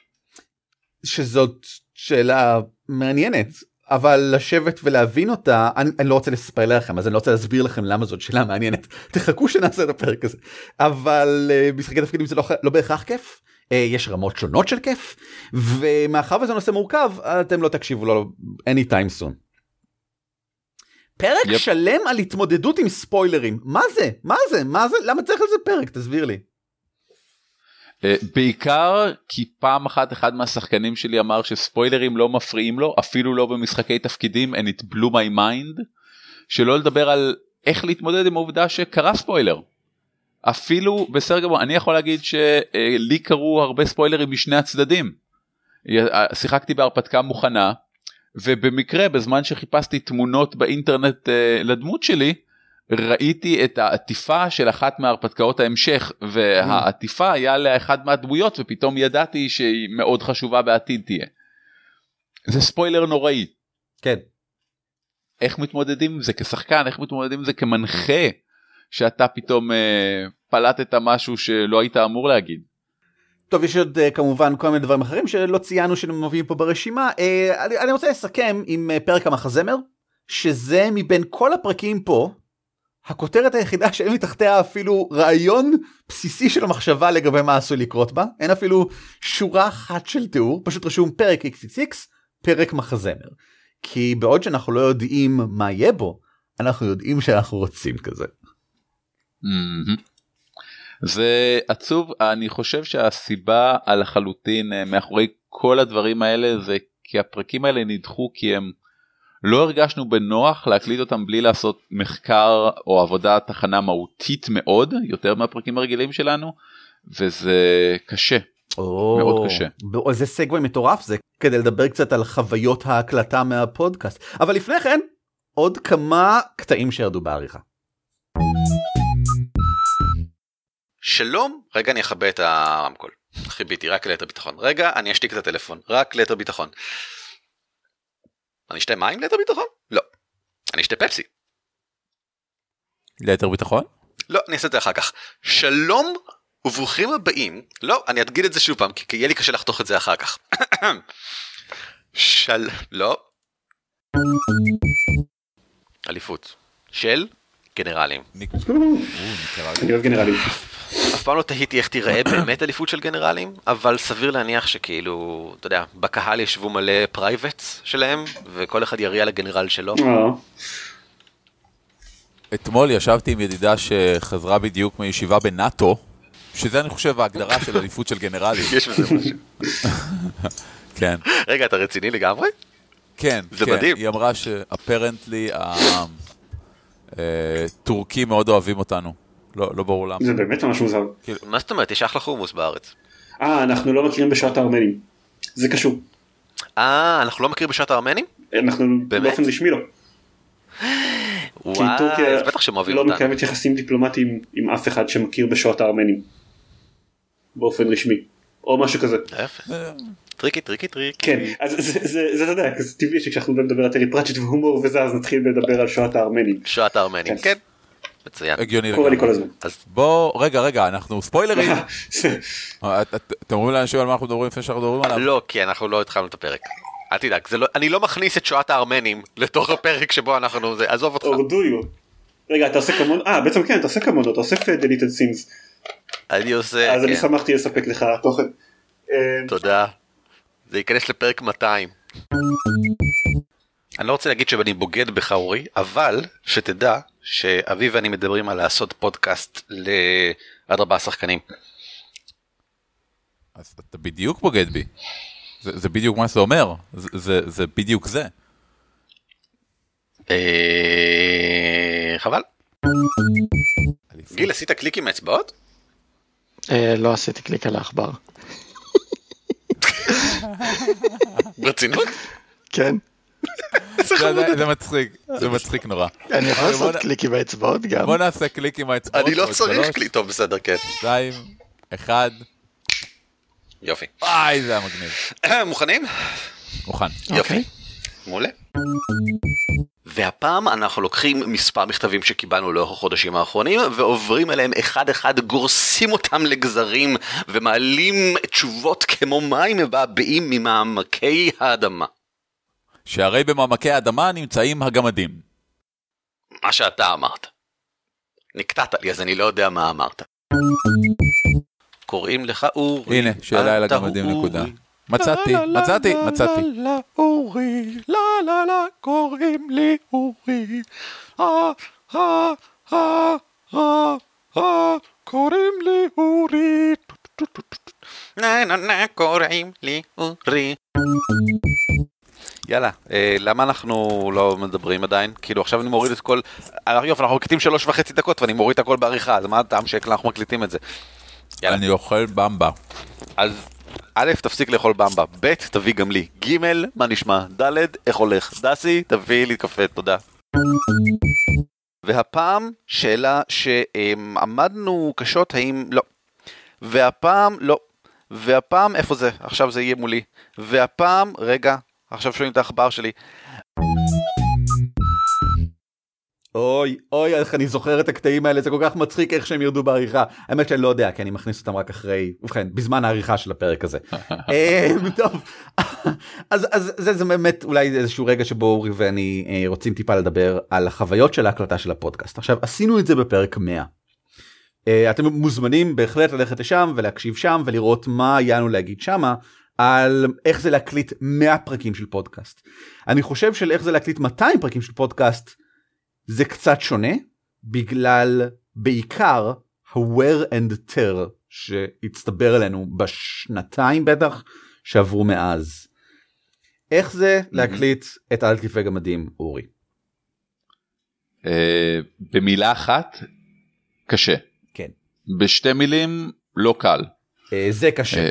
שזאת שאלה מעניינת, אבל לשבת ולהבין אותה, אני לא רוצה לספר לכם, אז אני לא רוצה להסביר לכם למה זאת שאלה מעניינת. תחכו שנעשה את הפרק הזה. אבל משחקי תפקידים זה לא בהכרח כיף. יש רמות שונות של כיף, ומאחר וזה נושא מורכב, אתם לא תקשיבו לו anytime soon. פרק שלם על התמודדות עם ספוילרים. מה זה? מה זה? מה זה? למה צריך על זה פרק? תסביר לי. בעיקר כי פעם אחת אחד מהשחקנים שלי אמר שספוילרים לא מפריעים לו, אפילו לא במשחקי תפקידים, and it blew my mind, שלא לדבר על איך להתמודד עם העובדה שקרה ספוילר. אפילו בסדר גמור, אני יכול להגיד שלי קרו הרבה ספוילרים משני הצדדים. שיחקתי בהרפתקה מוכנה, ובמקרה בזמן שחיפשתי תמונות באינטרנט לדמות שלי, ראיתי את העטיפה של אחת מההרפתקאות ההמשך, והעטיפה היה לאחד מהדמויות, ופתאום ידעתי שהיא מאוד חשובה בעתיד תהיה. זה ספוילר נוראי. כן. איך מתמודדים עם זה כשחקן, איך מתמודדים עם זה כמנחה, שאתה פתאום פלטת משהו שלא היית אמור להגיד. טוב, יש עוד כמובן כל מיני דברים אחרים שלא ציינו שמובילים פה ברשימה. אני רוצה לסכם עם פרק המחזמר, שזה מבין כל הפרקים פה, הכותרת היחידה שאין מתחתיה אפילו רעיון בסיסי של המחשבה לגבי מה עשוי לקרות בה, אין אפילו שורה אחת של תיאור, פשוט רשום פרק XXX, פרק מחזמר. כי בעוד שאנחנו לא יודעים מה יהיה בו, אנחנו יודעים שאנחנו רוצים כזה. זה עצוב, אני חושב שהסיבה על החלוטין מאחורי כל הדברים האלה זה כי הפרקים האלה נדחו כי הם לא הרגשנו בנוח להקליט אותם בלי לעשות מחקר או עבודה תחנה מהותית מאוד, יותר מהפרקים הרגילים שלנו, וזה קשה, מאוד קשה. זה סגווי מטורף זה, כדי לדבר קצת על חוויות ההקלטה מהפודקאסט. אבל לפני כן, עוד כמה קטעים שירדו בעריכה. שלום, רגע אני אכבה את הרמקול, חיביתי רק ליתר ביטחון, רגע אני אשתיק את הטלפון, רק ליתר ביטחון. אני אשתה מים ליתר ביטחון? לא. אני אשתה פפסי. ליתר ביטחון? לא, אני אעשה את זה אחר כך. שלום וברוכים הבאים, לא, אני אדגיד את זה שוב פעם, כי יהיה לי קשה לחתוך את זה אחר כך. לא. אליפות. של גנרלים. אני אוהב גנרלים. אף פעם לא תהיתי איך תיראה באמת אליפות של גנרלים, אבל סביר להניח שכאילו, אתה יודע, בקהל ישבו מלא פרייבטס שלהם, וכל אחד יריע לגנרל שלו. אתמול ישבתי עם ידידה שחזרה בדיוק מישיבה בנאטו, שזה אני חושב ההגדרה של אליפות של גנרלים. יש בזה משהו. כן. רגע, אתה רציני לגמרי? כן. זה מדהים. היא אמרה שאפרנטלי הטורקים מאוד אוהבים אותנו. לא ברור למה. זה באמת ממש מוזר. מה זאת אומרת? יש אחלה חומוס בארץ. אנחנו לא מכירים בשואת הארמנים. זה קשור. אנחנו לא מכירים בשואת הארמנים? אנחנו באופן רשמי לא. וואו, אז בטח שהם אוהבים אותנו. לא מקיימת יחסים דיפלומטיים עם אף אחד שמכיר בשואת הארמנים. באופן רשמי. או משהו כזה. טריק. כן, אז זה אתה יודע, זה טבעי שכשאנחנו נדבר על טרי פרצ'ט והומור וזה, אז נתחיל לדבר על שואת הארמנים. שואת הארמנים, כן. מצוין. הגיוני קורה לי כל הזמן. בוא, רגע, אנחנו ספוילרים. אתם אומרים לאנשים על מה אנחנו מדברים לפני שאנחנו מדברים עליו? לא, כי אנחנו לא התחלנו את הפרק. אל תדאג, אני לא מכניס את שואת הארמנים לתוך הפרק שבו אנחנו, עזוב אותך. רגע, אתה עושה כמון, בעצם כן, אתה עושה כמון, אתה אוסף deleted scenes. אני עושה, אז אני שמחתי לספק לך תוכן. תודה. זה ייכנס לפרק 200. אני לא רוצה להגיד שאני בוגד בך אורי, אבל שתדע שאביב ואני מדברים על לעשות פודקאסט לעד 4 שחקנים. אז אתה בדיוק בוגד בי. זה בדיוק מה שזה אומר. זה בדיוק זה. חבל. גיל, עשית קליק עם האצבעות? לא עשיתי קליק על העכבר. ברצינות? כן. זה מצחיק נורא. אני יכול לעשות קליק עם האצבעות גם. בוא נעשה קליק עם האצבעות. אני לא צריך קליק, טוב בסדר, כן. 2, 1. יופי. זה היה מגניב. מוכנים? מוכן. יופי. מעולה. והפעם אנחנו לוקחים מספר מכתבים שקיבלנו לאורך החודשים האחרונים ועוברים אליהם אחד אחד, גורסים אותם לגזרים ומעלים תשובות כמו מים מבעבעים ממעמקי האדמה. שהרי במעמקי האדמה נמצאים הגמדים. מה שאתה אמרת. נקטעת לי אז אני לא יודע מה אמרת. קוראים לך אורי. הנה, שאלה אל הגמדים נקודה. מצאתי. אורי, לא, קוראים לי אורי. קוראים לי אורי. קוראים לי אורי. יאללה, למה אנחנו לא מדברים עדיין? כאילו עכשיו אני מוריד את כל... אנחנו מקליטים 3.5 דקות ואני מוריד את הכל בעריכה, אז מה הטעם שאנחנו מקליטים את זה? אני אוכל במבה. אז א', תפסיק לאכול במבה, ב', תביא גם לי, ג', מה נשמע, ד', איך הולך, דסי, תביא לי קפה, תודה. והפעם שאלה שעמדנו קשות, האם לא, והפעם לא, והפעם איפה זה, עכשיו זה יהיה מולי, והפעם, רגע, עכשיו שומעים את האחבר שלי. אוי, איך אני זוכר את הקטעים האלה, זה כל כך מצחיק איך שהם ירדו בעריכה. האמת שאני לא יודע, כי אני מכניס אותם רק אחרי, ובכן, בזמן העריכה של הפרק הזה. טוב, אז זה באמת אולי איזשהו רגע שבו אורי ואני רוצים טיפה לדבר על החוויות של ההקלטה של הפודקאסט. עכשיו, עשינו את זה בפרק 100. אתם מוזמנים בהחלט ללכת לשם ולהקשיב שם ולראות מה היה לנו להגיד שמה, על איך זה להקליט 100 פרקים של פודקאסט. אני חושב של איך זה להקליט 200 פרקים של פודקאסט, זה קצת שונה, בגלל בעיקר ה-wear and tear שהצטבר אלינו בשנתיים בטח שעברו מאז. איך זה להקליט את אל תקפה גמדים, אורי? במילה אחת, קשה. כן. בשתי מילים, לא קל. זה קשה.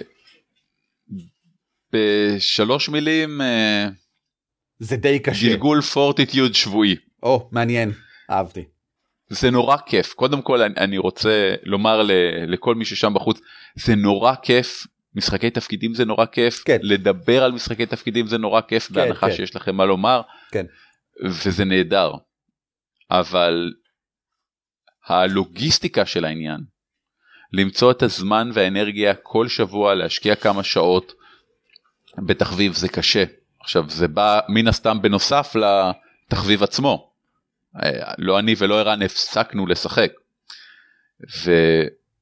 בשלוש מילים, זה די קשה. גלגול פורטיטיוד שבועי. מעניין, אהבתי. זה נורא כיף. קודם כל אני רוצה לומר לכל מי ששם בחוץ, זה נורא כיף, משחקי תפקידים זה נורא כיף, כן. לדבר על משחקי תפקידים זה נורא כיף, כן, בהנחה כן. שיש לכם מה לומר, כן. וזה נהדר. אבל הלוגיסטיקה של העניין, למצוא את הזמן והאנרגיה כל שבוע, להשקיע כמה שעות בתחביב, זה קשה. עכשיו זה בא מן הסתם בנוסף לתחביב עצמו. לא אני ולא ערן הפסקנו לשחק.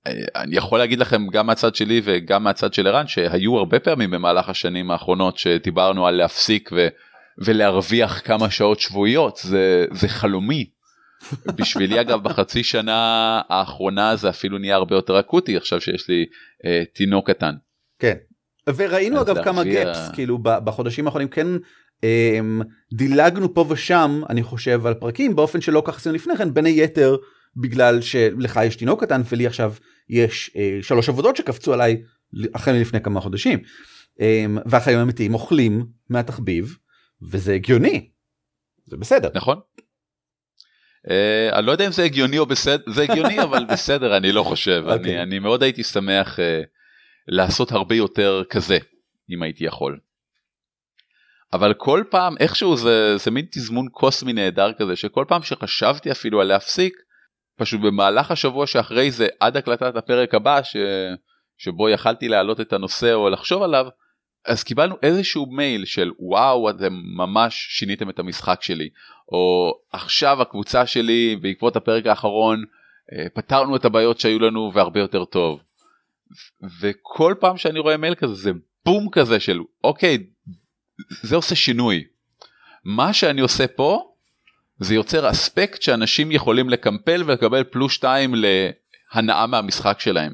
אני יכול להגיד לכם גם מהצד שלי וגם מהצד של ערן, שהיו הרבה פעמים במהלך השנים האחרונות שדיברנו על להפסיק ולהרוויח כמה שעות שבועיות, זה חלומי. בשבילי אגב בחצי שנה האחרונה זה אפילו נהיה הרבה יותר אקוטי, עכשיו שיש לי תינוק קטן. כן, וראינו אגב כמה גפס, כאילו בחודשים האחרונים כן דילגנו פה ושם, אני חושב על פרקים, באופן שלא כך עשינו לפני כן, בין היתר בגלל שלך יש תינוק קטן, ולי עכשיו יש 3 עבודות שקפצו עליי אחרי לפני כמה חודשים, והחיים האמיתיים אוכלים מהתחביב, וזה הגיוני, זה בסדר. נכון. אני לא יודע אם זה הגיוני או בסדר, זה הגיוני אבל בסדר, אני לא חושב. אני מאוד הייתי שמח לעשות הרבה יותר כזה, אם הייתי יכול. אבל כל פעם, איכשהו זה מין תזמון קוסמי נהדר כזה, שכל פעם שחשבתי אפילו על להפסיק, פשוט במהלך השבוע שאחרי זה, עד הקלטת הפרק הבא, שבו יכלתי להעלות את הנושא או לחשוב עליו, אז קיבלנו איזשהו מייל של וואו, אתם ממש שיניתם את המשחק שלי, או עכשיו הקבוצה שלי בעקבות הפרק האחרון פתרנו את הבעיות שהיו לנו והרבה יותר טוב. וכל פעם שאני רואה מייל כזה זה בום כזה של אוקיי, זה עושה שינוי. מה שאני עושה פה זה יוצר אספקט שאנשים יכולים לקמפל ולקבל +2 להנאה מהמשחק שלהם.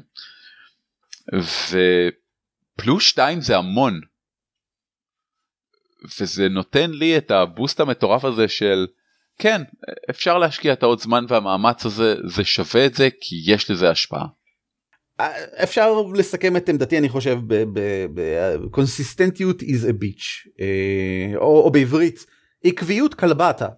+2 זה המון. וזה נותן לי את הבוסט המטורף הזה של כן, אפשר להשקיע את העוד זמן והמאמץ הזה, זה שווה את זה כי יש לזה השפעה. אפשר לסכם את עמדתי, אני חושב, קונסיסטנטיות is a bitch, או בעברית, עקביות כלבתה.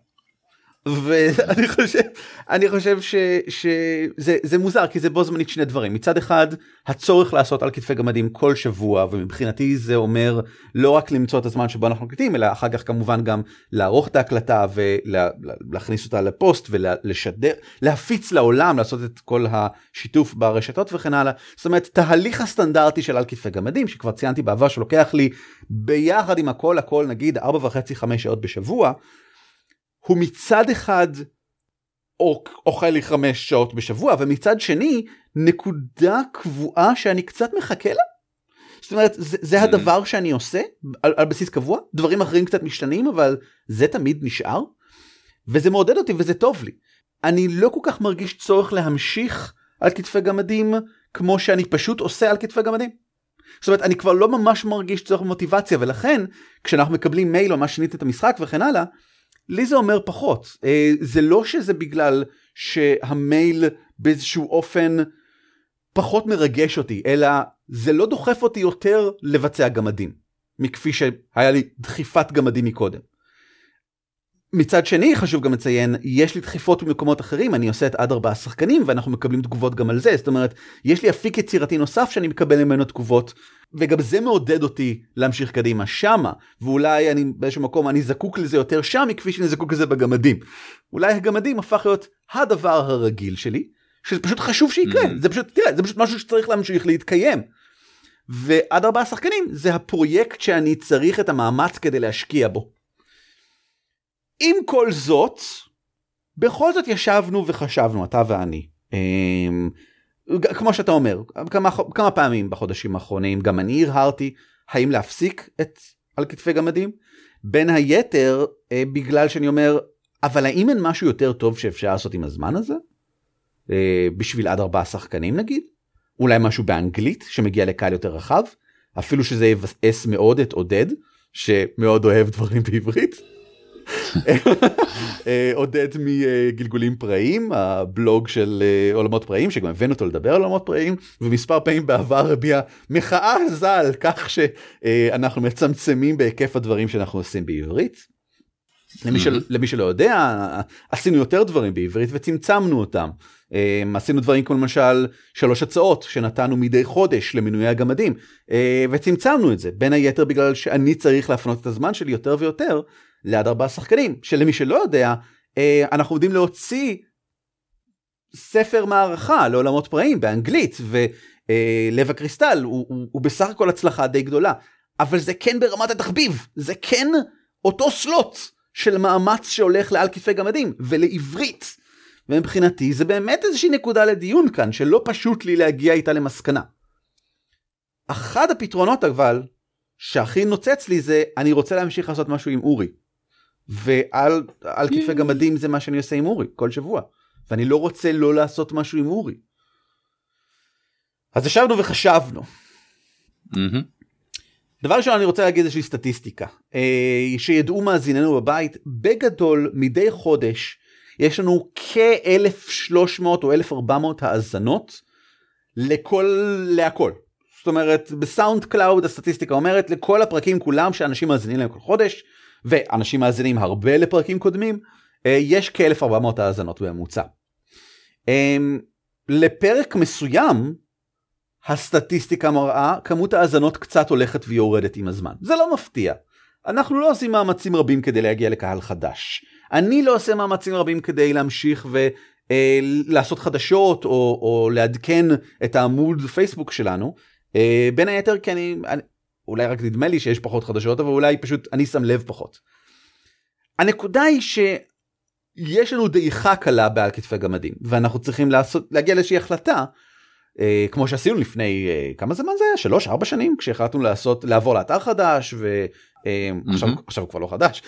ואני חושב שזה מוזר, כי זה בו זמנית שני דברים. מצד אחד, הצורך לעשות על כתפי גמדים כל שבוע, ומבחינתי זה אומר לא רק למצוא את הזמן שבו אנחנו מקליטים, אלא אחר כך כמובן גם לערוך את ההקלטה, ולהכניס אותה לפוסט, ולשדר, להפיץ לעולם, לעשות את כל השיתוף ברשתות וכן הלאה. זאת אומרת, תהליך הסטנדרטי של על כתפי גמדים, שכבר ציינתי בעבר שלוקח לי ביחד עם הכל, נגיד 4.5-5 שעות בשבוע, הוא מצד אחד אוכל לי 5 שעות בשבוע, ומצד שני נקודה קבועה שאני קצת מחכה לה. זאת אומרת, זה הדבר שאני עושה על בסיס קבוע, דברים אחרים קצת משתנים, אבל זה תמיד נשאר, וזה מעודד אותי וזה טוב לי. אני לא כל כך מרגיש צורך להמשיך על כתפי גמדים, כמו שאני פשוט עושה על כתפי גמדים. זאת אומרת, אני כבר לא ממש מרגיש צורך במוטיבציה, ולכן, כשאנחנו מקבלים מייל או מה שנית את המשחק וכן הלאה, לי זה אומר פחות. זה לא שזה בגלל שהמייל באיזשהו אופן פחות מרגש אותי, אלא זה לא דוחף אותי יותר לבצע גמדים, מכפי שהיה לי דחיפת גמדים מקודם. מצד שני, חשוב גם לציין, יש לי דחיפות במקומות אחרים, אני עושה את עד 4 שחקנים, ואנחנו מקבלים תגובות גם על זה, זאת אומרת, יש לי אפיק יצירתי נוסף שאני מקבל ממנו תגובות, וגם זה מעודד אותי להמשיך קדימה שמה, ואולי אני באיזשהו מקום, אני זקוק לזה יותר שם, מכפי שאני זקוק לזה בגמדים. אולי הגמדים הפך להיות הדבר הרגיל שלי, שזה פשוט חשוב שיקרה, זה פשוט משהו שצריך להמשיך להתקיים. ועד 4 שחקנים, זה הפרויקט שאני צריך את המאמץ כדי להשקיע בו. עם כל זאת, בכל זאת ישבנו וחשבנו, אתה ואני, כמו שאתה אומר, כמה פעמים בחודשים האחרונים, גם אני הרהרתי, האם להפסיק על כתפי גמדים, בין היתר, בגלל שאני אומר, אבל האם אין משהו יותר טוב שאפשר לעשות עם הזמן הזה? בשביל עד 4 שחקנים נגיד? אולי משהו באנגלית שמגיע לקהל יותר רחב? אפילו שזה יבאס מאוד את עודד, שמאוד אוהב דברים בעברית? עודד מגלגולים פראים, הבלוג של עולמות פראים, שגם הבאנו אותו לדבר על עולמות פראים, ומספר פעמים בעבר הביע מחאה עזה על כך שאנחנו מצמצמים בהיקף הדברים שאנחנו עושים בעברית. למי שלא יודע, עשינו יותר דברים בעברית וצמצמנו אותם. עשינו דברים כמו למשל 3 הצעות שנתנו מדי חודש למינויי הגמדים, וצמצמנו את זה, בין היתר בגלל שאני צריך להפנות את הזמן שלי יותר ויותר לעד 4 שחקנים, שלמי שלא יודע, אנחנו עומדים להוציא ספר מערכה לעולמות פראים באנגלית, ולב הקריסטל הוא בסך הכל הצלחה די גדולה, אבל זה כן ברמת התחביב, זה כן אותו סלוט של מאמץ שהולך לעל כתפי גמדים, ולעברית, ומבחינתי זה באמת איזושהי נקודה לדיון כאן, שלא פשוט לי להגיע איתה למסקנה. אחד הפתרונות אבל, שהכי נוצץ לי זה, אני רוצה להמשיך לעשות משהו עם אורי. ועל כתפי גמדים זה מה שאני עושה עם אורי, כל שבוע. ואני לא רוצה לא לעשות משהו עם אורי. אז ישבנו וחשבנו. דבר ראשון אני רוצה להגיד איזושהי סטטיסטיקה. שידעו מאזיננו בבית, בגדול מדי חודש, יש לנו כ-1,300 או 1,400 האזנות להכל. זאת אומרת, בסאונד קלאוד הסטטיסטיקה אומרת לכל הפרקים כולם שאנשים מאזינים להם כל חודש, ואנשים מאזינים הרבה לפרקים קודמים, יש כ-1,400 האזנות בממוצע. לפרק מסוים, הסטטיסטיקה מראה, כמות האזנות קצת הולכת ויורדת עם הזמן. זה לא מפתיע. אנחנו לא עושים מאמצים רבים כדי להגיע לקהל חדש. אני לא עושה מאמצים רבים כדי להמשיך ולעשות חדשות, או לעדכן את העמוד פייסבוק שלנו. בין היתר כי אולי רק נדמה לי שיש פחות חדשות, אבל אולי פשוט אני שם לב פחות. הנקודה היא שיש לנו דעיכה קלה בעל כתפי גמדים, ואנחנו צריכים להגיע לאיזושהי החלטה, כמו שעשינו לפני כמה זמן זה היה? 3-4 שנים, כשהחלטנו לעבור לאתר חדש, עכשיו כבר לא חדש.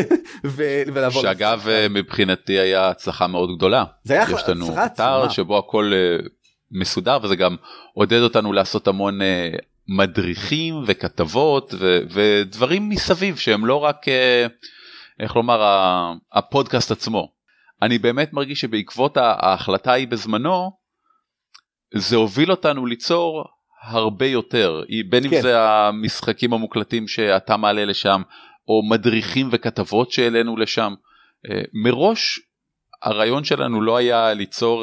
שאגב מבחינתי היה הצלחה מאוד גדולה. יש לנו אתר שבו הכל מסודר, וזה גם עודד אותנו לעשות המון מדריכים וכתבות ודברים מסביב שהם לא רק, איך לומר, הפודקאסט עצמו. אני באמת מרגיש שבעקבות ההחלטה היא בזמנו, זה הוביל אותנו ליצור הרבה יותר, בין אם זה המשחקים המוקלטים שאתה מעלה לשם, או מדריכים וכתבות שאלינו לשם. מראש הרעיון שלנו לא היה ליצור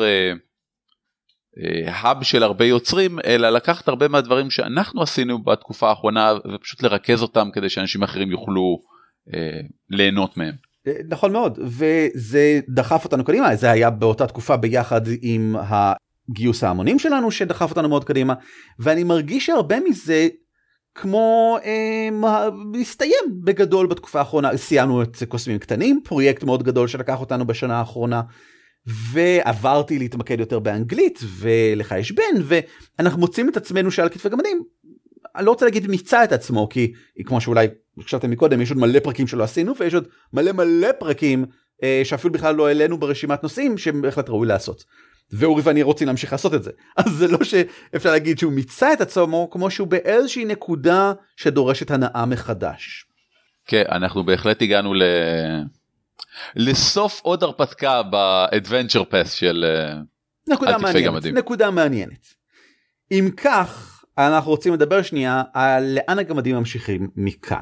האב של הרבה יוצרים, אלא לקחת הרבה מהדברים שאנחנו עשינו בתקופה האחרונה, ופשוט לרכז אותם כדי שאנשים אחרים יוכלו ליהנות מהם. נכון מאוד, וזה דחף אותנו קדימה, זה היה באותה תקופה ביחד עם גיוס ההמונים שלנו שדחף אותנו מאוד קדימה, ואני מרגיש שהרבה מזה כמו מסתיים בגדול בתקופה האחרונה. סיימנו את קוסמים קטנים, פרויקט מאוד גדול שלקח אותנו בשנה האחרונה, ועברתי להתמקד יותר באנגלית, ולך יש בן, ואנחנו מוצאים את עצמנו שעל כתפי גמדים, אני לא רוצה להגיד מיצה את עצמו, כי כמו שאולי חשבתם מקודם, יש עוד מלא פרקים שלא עשינו, ויש עוד מלא פרקים שאפילו בכלל לא העלינו ברשימת נושאים, שבהחלט ראוי לעשות. ואורי ואני רוצים להמשיך לעשות את זה. אז זה לא שאפשר להגיד שהוא מיצה את עצמו, כמו שהוא באיזושהי נקודה שדורשת הנאה מחדש. כן, אנחנו בהחלט הגענו לסוף עוד הרפתקה ב-Adventure Path של נקודה מעניינת. אם כך, אנחנו רוצים לדבר שנייה על לאן הגמדים ממשיכים מכאן.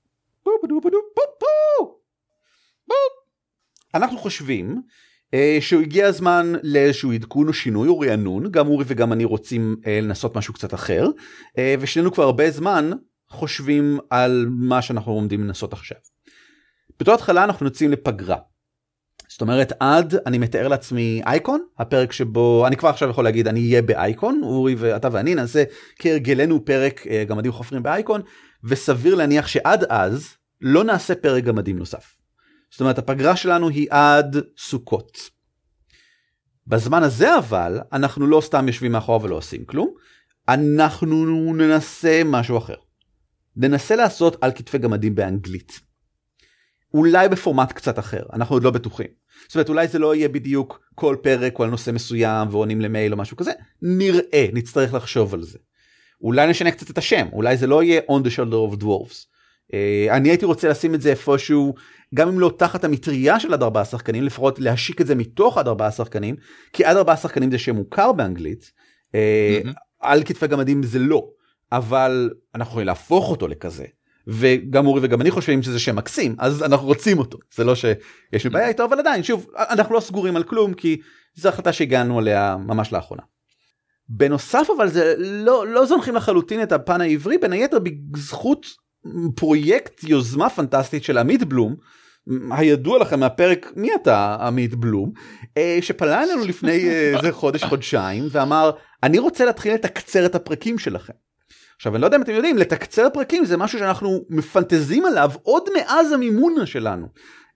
אנחנו חושבים שהוא הגיע הזמן לאיזשהו עדכון או שינוי או רענון, גם אורי וגם אני רוצים לנסות משהו קצת אחר, ושנינו כבר הרבה זמן חושבים על מה שאנחנו עומדים לנסות עכשיו. בתור התחלה אנחנו יוצאים לפגרה. זאת אומרת, אני מתאר לעצמי אייקון, הפרק שבו, אני כבר עכשיו יכול להגיד, אני אהיה באייקון, אורי ואתה ואני נעשה כהרגלנו פרק גמדים חופרים באייקון, וסביר להניח שעד אז לא נעשה פרק גמדים נוסף. זאת אומרת, הפגרה שלנו היא עד סוכות. בזמן הזה אבל, אנחנו לא סתם יושבים מאחור ולא עושים כלום, אנחנו ננסה משהו אחר. ננסה לעשות על כתפי גמדים באנגלית. אולי בפורמט קצת אחר, אנחנו עוד לא בטוחים. זאת אומרת, אולי זה לא יהיה בדיוק כל פרק או על נושא מסוים ועונים למייל או משהו כזה, נראה, נצטרך לחשוב על זה. אולי נשנה קצת את השם, אולי זה לא יהיה On the Shoulder of Dwarves. אני הייתי רוצה לשים את זה איפשהו, גם אם לא תחת המטריה של עד 4 שחקנים, לפחות להשיק את זה מתוך עד 4 שחקנים, כי עד 4 שחקנים זה שם מוכר באנגלית, על כתפי גמדים זה לא, אבל אנחנו יכולים להפוך אותו לכזה, וגם אורי וגם אני חושבים שזה שם מקסים, אז אנחנו רוצים אותו, זה לא שיש לי בעיה איתו, אבל עדיין, שוב, אנחנו לא סגורים על כלום, כי זו החלטה שהגענו עליה ממש לאחרונה. בנוסף אבל זה לא זונחים לחלוטין את הפן העברי, בין היתר בזכות פרויקט יוזמה פנטסטית של עמית בלום, הידוע לכם מהפרק מי אתה עמית בלום, שפלה אלינו לפני איזה חודשיים ואמר אני רוצה להתחיל לתקצר את הפרקים שלכם. עכשיו אני לא יודע אם אתם יודעים, לתקצר פרקים זה משהו שאנחנו מפנטזים עליו עוד מאז המימון שלנו.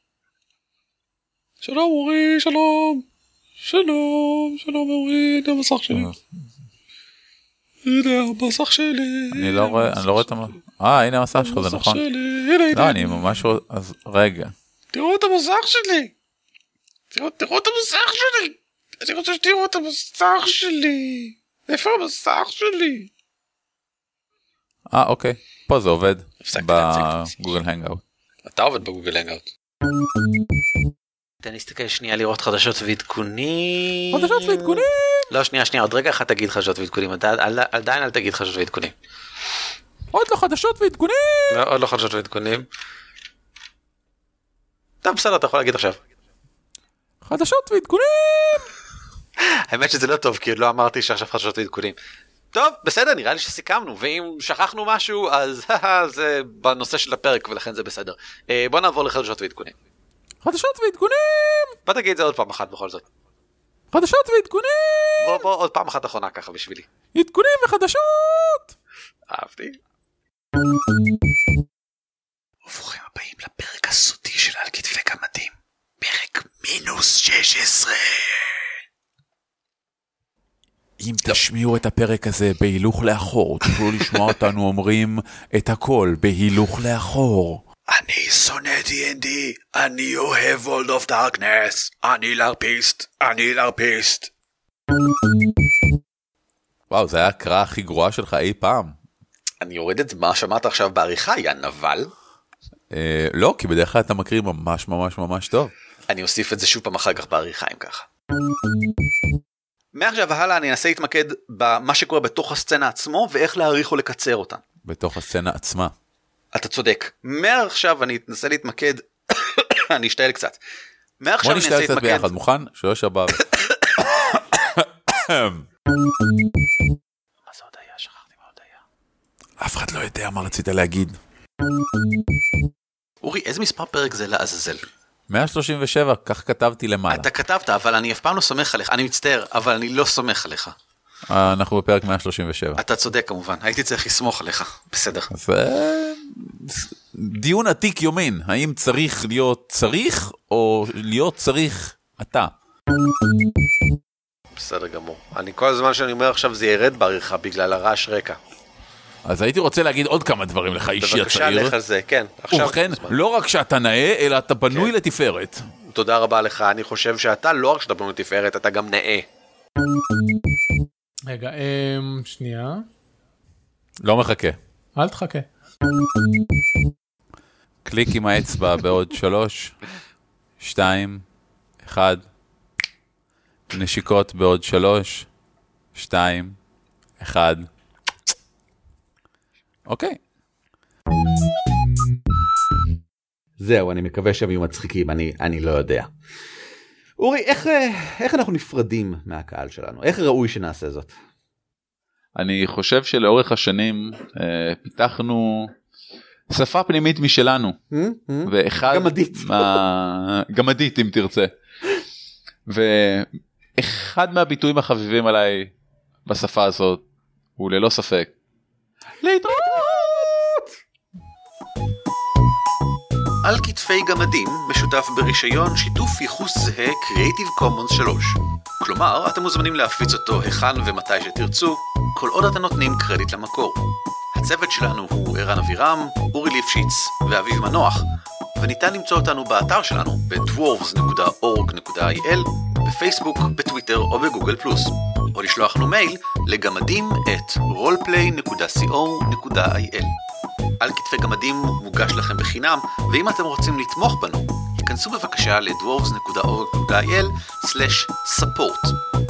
שלום אורי, שלום. שלום, שלום אורי, הנה המסך שלי. הנה המסך שלי. אני לא רואה את המסך. הנה המסך שלך, זה נכון. לא, אני ממש... אז רגע. תראו את המסך שלי. תראו את המסך שלי. אני רוצה שתראו את המסך שלי. איפה המסך שלי? אוקיי. פה זה עובד. בגוגל הנגאוט. אתה עובד בגוגל הנגאוט. תן נסתכל שנייה לראות חדשות ועדכונים. חדשות ועדכונים? לא, שנייה, עוד רגע אחד תגיד חדשות ועדכונים. עדיין אל תגיד חדשות ועדכונים. עוד לא חדשות ועדכונים? לא, עוד לא חדשות ועדכונים. טוב, בסדר, אתה יכול להגיד עכשיו. חדשות ועדכונים! האמת שזה לא טוב, כי עוד לא אמרתי שעכשיו חדשות ועדכונים. טוב, בסדר, נראה לי שסיכמנו, ואם שכחנו משהו, אז זה בנושא של הפרק, ולכן זה בסדר. בוא נעבור לחדשות ועדכונים. חדשות ועדכונים! בוא תגיד את זה עוד פעם אחת בכל זאת. חדשות ועדכונים! בוא עוד פעם אחת אחרונה ככה בשבילי. עדכונים וחדשות! אהבתי. וברוכים הבאים לפרק הסודי של על כתפי גמדים. פרק מינוס 16. אם תשמיעו את הפרק הזה בהילוך לאחור, תוכלו לשמוע אותנו אומרים את הכל בהילוך לאחור. אני שונא D&D, אני אוהב World of Darkness, אני לרפיסט. וואו, זה היה הקראה הכי גרועה שלך אי פעם. אני יורד את מה שמעת עכשיו בעריכה, יא נבל. לא, כי בדרך כלל אתה מקריא ממש ממש ממש טוב. אני אוסיף את זה שוב פעם אחר כך בעריכה אם ככה. מעכשיו הלאה אני אנסה להתמקד במה שקורה בתוך הסצנה עצמו, ואיך להאריך או לקצר אותה. בתוך הסצנה עצמה. אתה צודק. מעכשיו אני אנסה להתמקד, אני אשתעל קצת. מעכשיו אני אנסה להתמקד. ביחד, מוכן? 3 4. מה זה עוד היה? שכחתי מה עוד היה. אף אחד לא יודע מה רצית להגיד. אורי, איזה מספר פרק זה לעזאזל? 137, כך כתבתי למעלה. אתה כתבת, אבל אני אף פעם לא סומך עליך. אני מצטער, אבל אני לא סומך עליך. אנחנו בפרק 137. אתה צודק כמובן, הייתי צריך לסמוך עליך. בסדר. דיון עתיק יומין, האם צריך להיות צריך, או להיות צריך אתה? בסדר גמור. אני כל הזמן שאני אומר עכשיו זה ירד בעריכה בגלל הרעש רקע. אז הייתי רוצה להגיד עוד כמה דברים לך אישי הצעיר. בבקשה לך על זה, כן. ובכן, לא רק שאתה נאה, אלא אתה בנוי לתפארת. תודה רבה לך, אני חושב שאתה לא רק שאתה בנוי לתפארת, אתה גם נאה. רגע, שנייה. לא מחכה. אל תחכה. קליק עם האצבע בעוד 3, 2, 1. נשיקות בעוד 3, 2, 1. אוקיי. זהו, אני מקווה שהם יהיו מצחיקים, אני לא יודע. אורי, איך אנחנו נפרדים מהקהל שלנו? איך ראוי שנעשה זאת? אני חושב שלאורך השנים פיתחנו שפה פנימית משלנו. גמדית. גמדית אם תרצה. ואחד מהביטויים החביבים עליי בשפה הזאת הוא ללא ספק להתראות! על כתפי גמדים משותף ברישיון שיתוף ייחוס זהה Creative Commons 3. כלומר, אתם מוזמנים להפיץ אותו היכן ומתי שתרצו, כל עוד אתם נותנים קרדיט למקור. הצוות שלנו הוא ערן אבירם, אורי ליפשיץ ואביב מנוח, וניתן למצוא אותנו באתר שלנו ב-dwarves.org.il, בפייסבוק, בטוויטר או בגוגל פלוס, או לשלוח לנו מייל לגמדים@roleplay.co.il. על כתפי גמדים מוגש לכם בחינם, ואם אתם רוצים לתמוך בנו, כנסו בבקשה ל-dwarves.org.il/support.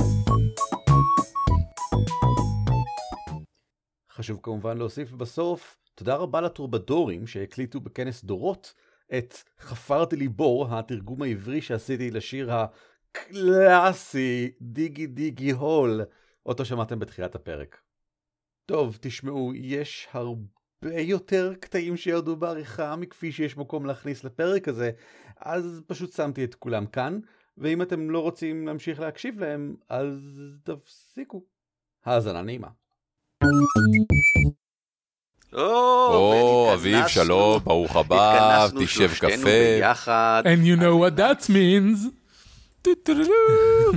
חשוב כמובן להוסיף בסוף, תודה רבה לטורבדורים שהקליטו בכנס דורות את חפרתי לי בור, התרגום העברי שעשיתי לשיר הקלאסי דיגי דיגי הול, אותו שמעתם בתחילת הפרק. טוב, תשמעו, יש הרבה יותר קטעים שירדו בעריכה מכפי שיש מקום להכניס לפרק הזה, אז פשוט שמתי את כולם כאן, ואם אתם לא רוצים להמשיך להקשיב להם, אז תפסיקו. האזנה נעימה. אביב, שלום, ברוך הבא, תשב קפה. And you know what that means.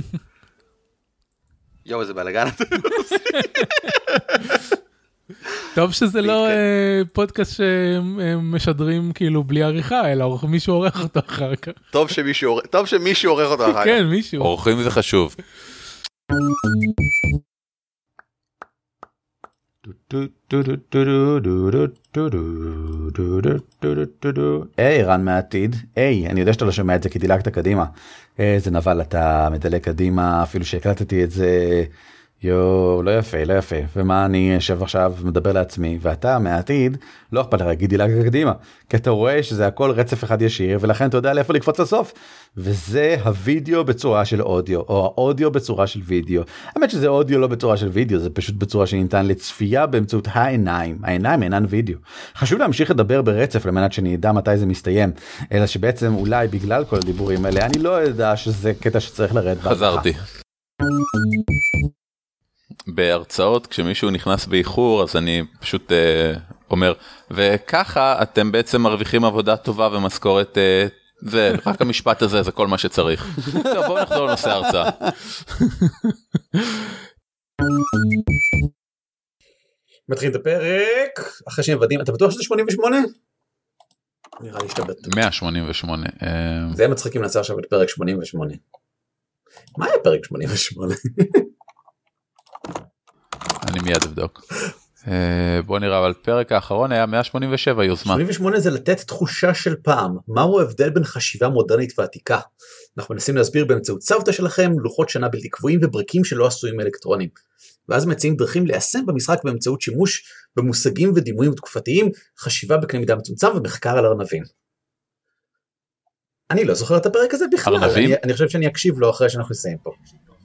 יואו, איזה בלגן. טוב שזה לא פודקאסט שמשדרים כאילו בלי עריכה, אלא מישהו עורך אותו אחר כך. טוב שמישהו עורך אותו אחר כך. כן, מישהו. עורכים זה חשוב. היי, רן מהעתיד. היי, אני יודע שאתה לא שומע את זה כי דילגת קדימה. איזה נבל, אתה מדלג קדימה, אפילו שהקלטתי את זה. יו, לא יפה, לא יפה. ומה אני יושב עכשיו ומדבר לעצמי, ואתה מהעתיד, לא אכפת להגיד דילג קדימה. כי אתה רואה שזה הכל רצף אחד ישיר, ולכן אתה יודע לאיפה לקפוץ לסוף. וזה הוידאו בצורה של אודיו, או האודיו בצורה של וידאו. האמת שזה אודיו לא בצורה של וידאו, זה פשוט בצורה שניתן לצפייה באמצעות העיניים. העיניים אינן וידאו. חשוב להמשיך לדבר ברצף, למנת שנדע מתי זה מסתיים. אלא שבעצם אולי בגלל כל הדיבורים האלה, אני לא יודע שזה קטע שצריך לרדת. חזרתי. בהרצאות כשמישהו נכנס באיחור אז אני פשוט אומר וככה אתם בעצם מרוויחים עבודה טובה ומשכורת זה רק המשפט הזה זה כל מה שצריך. טוב, בואו נחזור לנושא ההרצאה. מתחיל את הפרק אחרי שמוודאים. אתה בטוח שזה 88? נראה לי שאתה בטוח. 188. זה מצחיקים לצער עכשיו את פרק 88. מה היה פרק 88? אני מיד אבדוק. בוא נראה, אבל פרק האחרון היה 187 יוזמה. 88 זה לתת תחושה של פעם. מהו ההבדל בין חשיבה מודרנית ועתיקה? אנחנו מנסים להסביר באמצעות סבתא שלכם, לוחות שנה בלתי קבועים וברקים שלא עשויים אלקטרונים. ואז מציעים דרכים ליישם במשחק באמצעות שימוש במושגים ודימויים תקופתיים, חשיבה בקנה מידה מצומצם ומחקר על ארנבים. אני לא זוכר את הפרק הזה בכלל. ארנבים? אני חושב שאני אקשיב לו אחרי שאנחנו נסיים פה.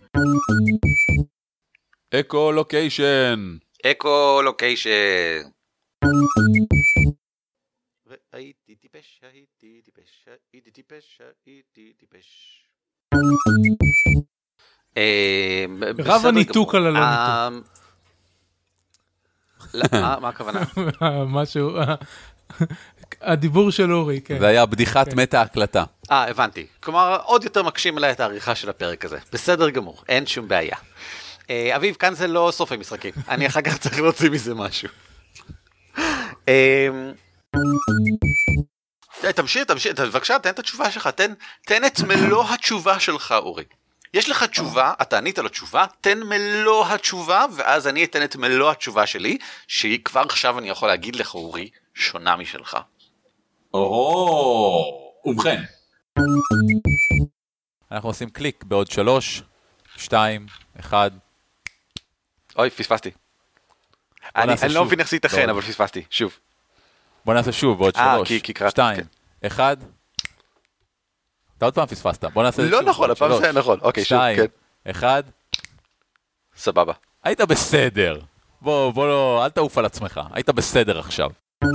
אקו לוקיישן. אקו לוקיישן. הייתי טיפש, הייתי טיפש, הייתי טיפש, הייתי טיפש. רב הניתוק על הלא ניתוק. מה הכוונה? משהו, הדיבור של אורי, כן. זה היה בדיחת מטה הקלטה. הבנתי. כלומר, עוד יותר מקשים עליי את העריכה של הפרק הזה. בסדר גמור, אין שום בעיה. אביב, כאן זה לא סוף המשחקים. אני אחר כך צריך להוציא מזה משהו. תמשיך, בבקשה, תן את התשובה שלך, תן את מלוא התשובה שלך, אורי. יש לך תשובה, אתה ענית על התשובה, תן מלוא התשובה, ואז אני אתן את מלוא התשובה שלי, שכבר עכשיו אני יכול להגיד לך, אורי, שונה משלך. ובכן. אנחנו עושים קליק בעוד 3, 2, 1. אוי, פספסתי. אני לא מבין איך זה ייתכן, אבל פספסתי, שוב. בוא נעשה שוב בעוד 3, 2, 1. אתה עוד פעם פספסת, בוא נעשה שוב. לא נכון, הפעם זה היה נכון. אוקיי, שוב, כן. 1. סבבה. היית בסדר. בוא לא, אל תעוף על עצמך. היית בסדר עכשיו.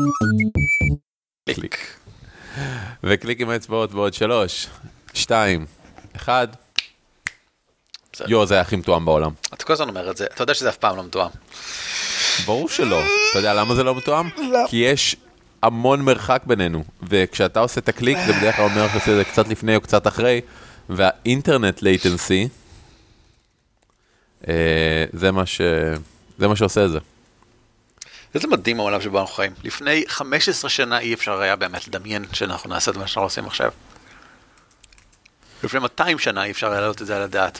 קליק. וקליק עם האצבעות בעוד 3, 2, 1. יו, זה היה הכי מתואם בעולם. אתה כל הזמן אומר את זה, אתה יודע שזה אף פעם לא מתואם. ברור שלא. אתה יודע למה זה לא מתואם? כי יש המון מרחק בינינו, וכשאתה עושה את הקליק, זה בדרך כלל אומר שעושה את זה קצת לפני או קצת אחרי, והאינטרנט latency, זה מה שעושה את זה. איזה מדהים העולם שבו אנחנו חיים. לפני 15 שנה אי אפשר היה באמת לדמיין שאנחנו נעשה את מה שאנחנו עושים עכשיו. לפני 200 שנה אי אפשר להעלות את זה על הדעת.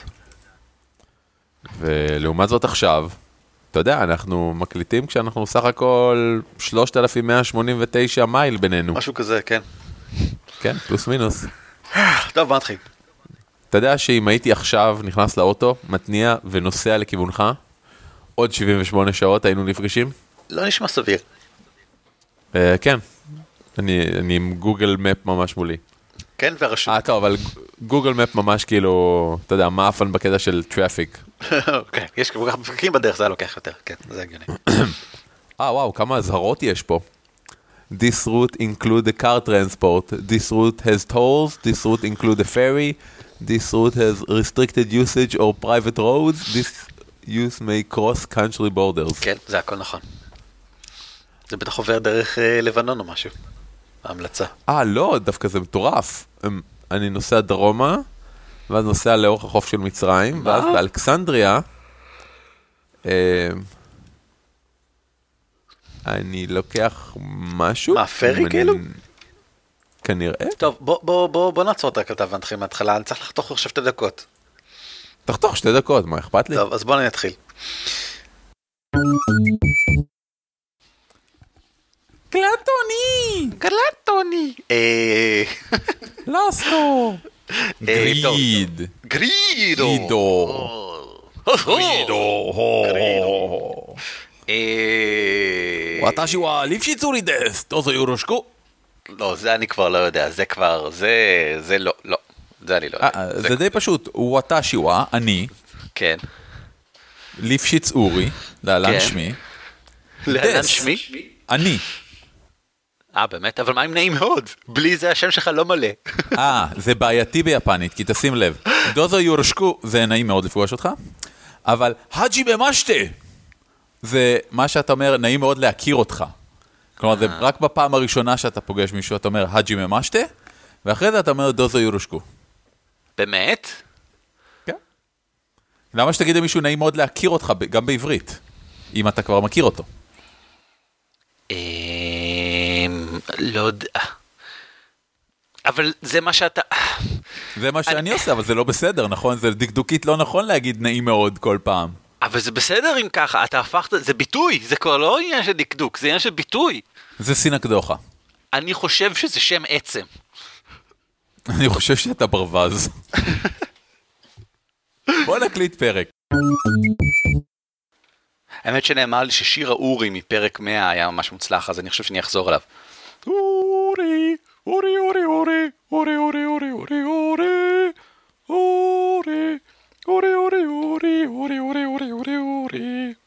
ולעומת זאת עכשיו, אתה יודע, אנחנו מקליטים כשאנחנו סך הכל 3,189 מייל בינינו. משהו כזה, כן. כן, פלוס מינוס. טוב, בוא נתחיל. אתה יודע שאם הייתי עכשיו נכנס לאוטו, מתניע ונוסע לכיוונך, עוד 78 שעות היינו נפגשים? לא נשמע סביר. כן. אני עם גוגל מפ ממש מולי. כן, והרשות. טוב, אבל גוגל מפ ממש כאילו, אתה יודע, מה אפן בקטע של טראפיק. אוקיי, יש כל כך מפקקים בדרך, זה היה לוקח יותר, כן, זה הגיוני. וואו, כמה הזהרות יש פה. This route include the car transport. This route has tolls. This route include the ferry. This route has restricted usage or private roads. This use may cross country borders. כן, זה הכל נכון. זה בטח עובר דרך לבנון או משהו. ההמלצה. לא, דווקא זה מטורף. אני נוסע דרומה, ואז נוסע לאורך החוף של מצרים, ואז באלכסנדריה, אני לוקח משהו. מה, פרי כאילו? כנראה. טוב, בוא נעצור את הכתב ונתחיל מההתחלה, אני צריך לחתוך עכשיו 2 דקות. תחתוך 2 דקות, מה אכפת לי? טוב, אז בוא נתחיל. גלטוני! לסטו! גרידו. וואטאשי ווא ליפשיצורי דס, דוזו יורושקו. לא, זה אני כבר לא יודע, זה כבר, זה לא, זה אני לא יודע. זה די פשוט, וואטאשי ווא, אני. כן. ליפשיץ אורי, להלן שמי. להלן שמי? אני. באמת? אבל מה עם נעים מאוד? בלי זה השם שלך לא מלא. זה בעייתי ביפנית, כי תשים לב. דוזו יורשקו, זה נעים מאוד לפגוש אותך, אבל הג'י במשטה, זה מה שאתה אומר, נעים מאוד להכיר אותך. כלומר, זה רק בפעם הראשונה שאתה פוגש מישהו, אתה אומר הג'י במשטה, ואחרי זה אתה אומר דוזו יורשקו. באמת? כן. למה שתגיד למישהו נעים מאוד להכיר אותך, גם בעברית, אם אתה כבר מכיר אותו? לא יודע. אבל זה מה שאתה... זה מה שאני עושה, אבל זה לא בסדר, נכון? זה דקדוקית לא נכון להגיד נעים מאוד כל פעם. אבל זה בסדר אם ככה, אתה הפכת... זה ביטוי, זה כבר לא עניין של דקדוק, זה עניין של ביטוי. זה סינקדוחה. אני חושב שזה שם עצם. אני חושב שאתה ברווז. בוא נקליט פרק. האמת שנאמר לי ששיר האורי מפרק 100 היה ממש מוצלח, אז אני חושב שאני אחזור עליו. אורי, אורי, אורי, אורי, אורי, אורי, אורי, אורי, אורי, אורי, אורי, אורי, אורי, אורי, אורי, אורי, אורי, אורי.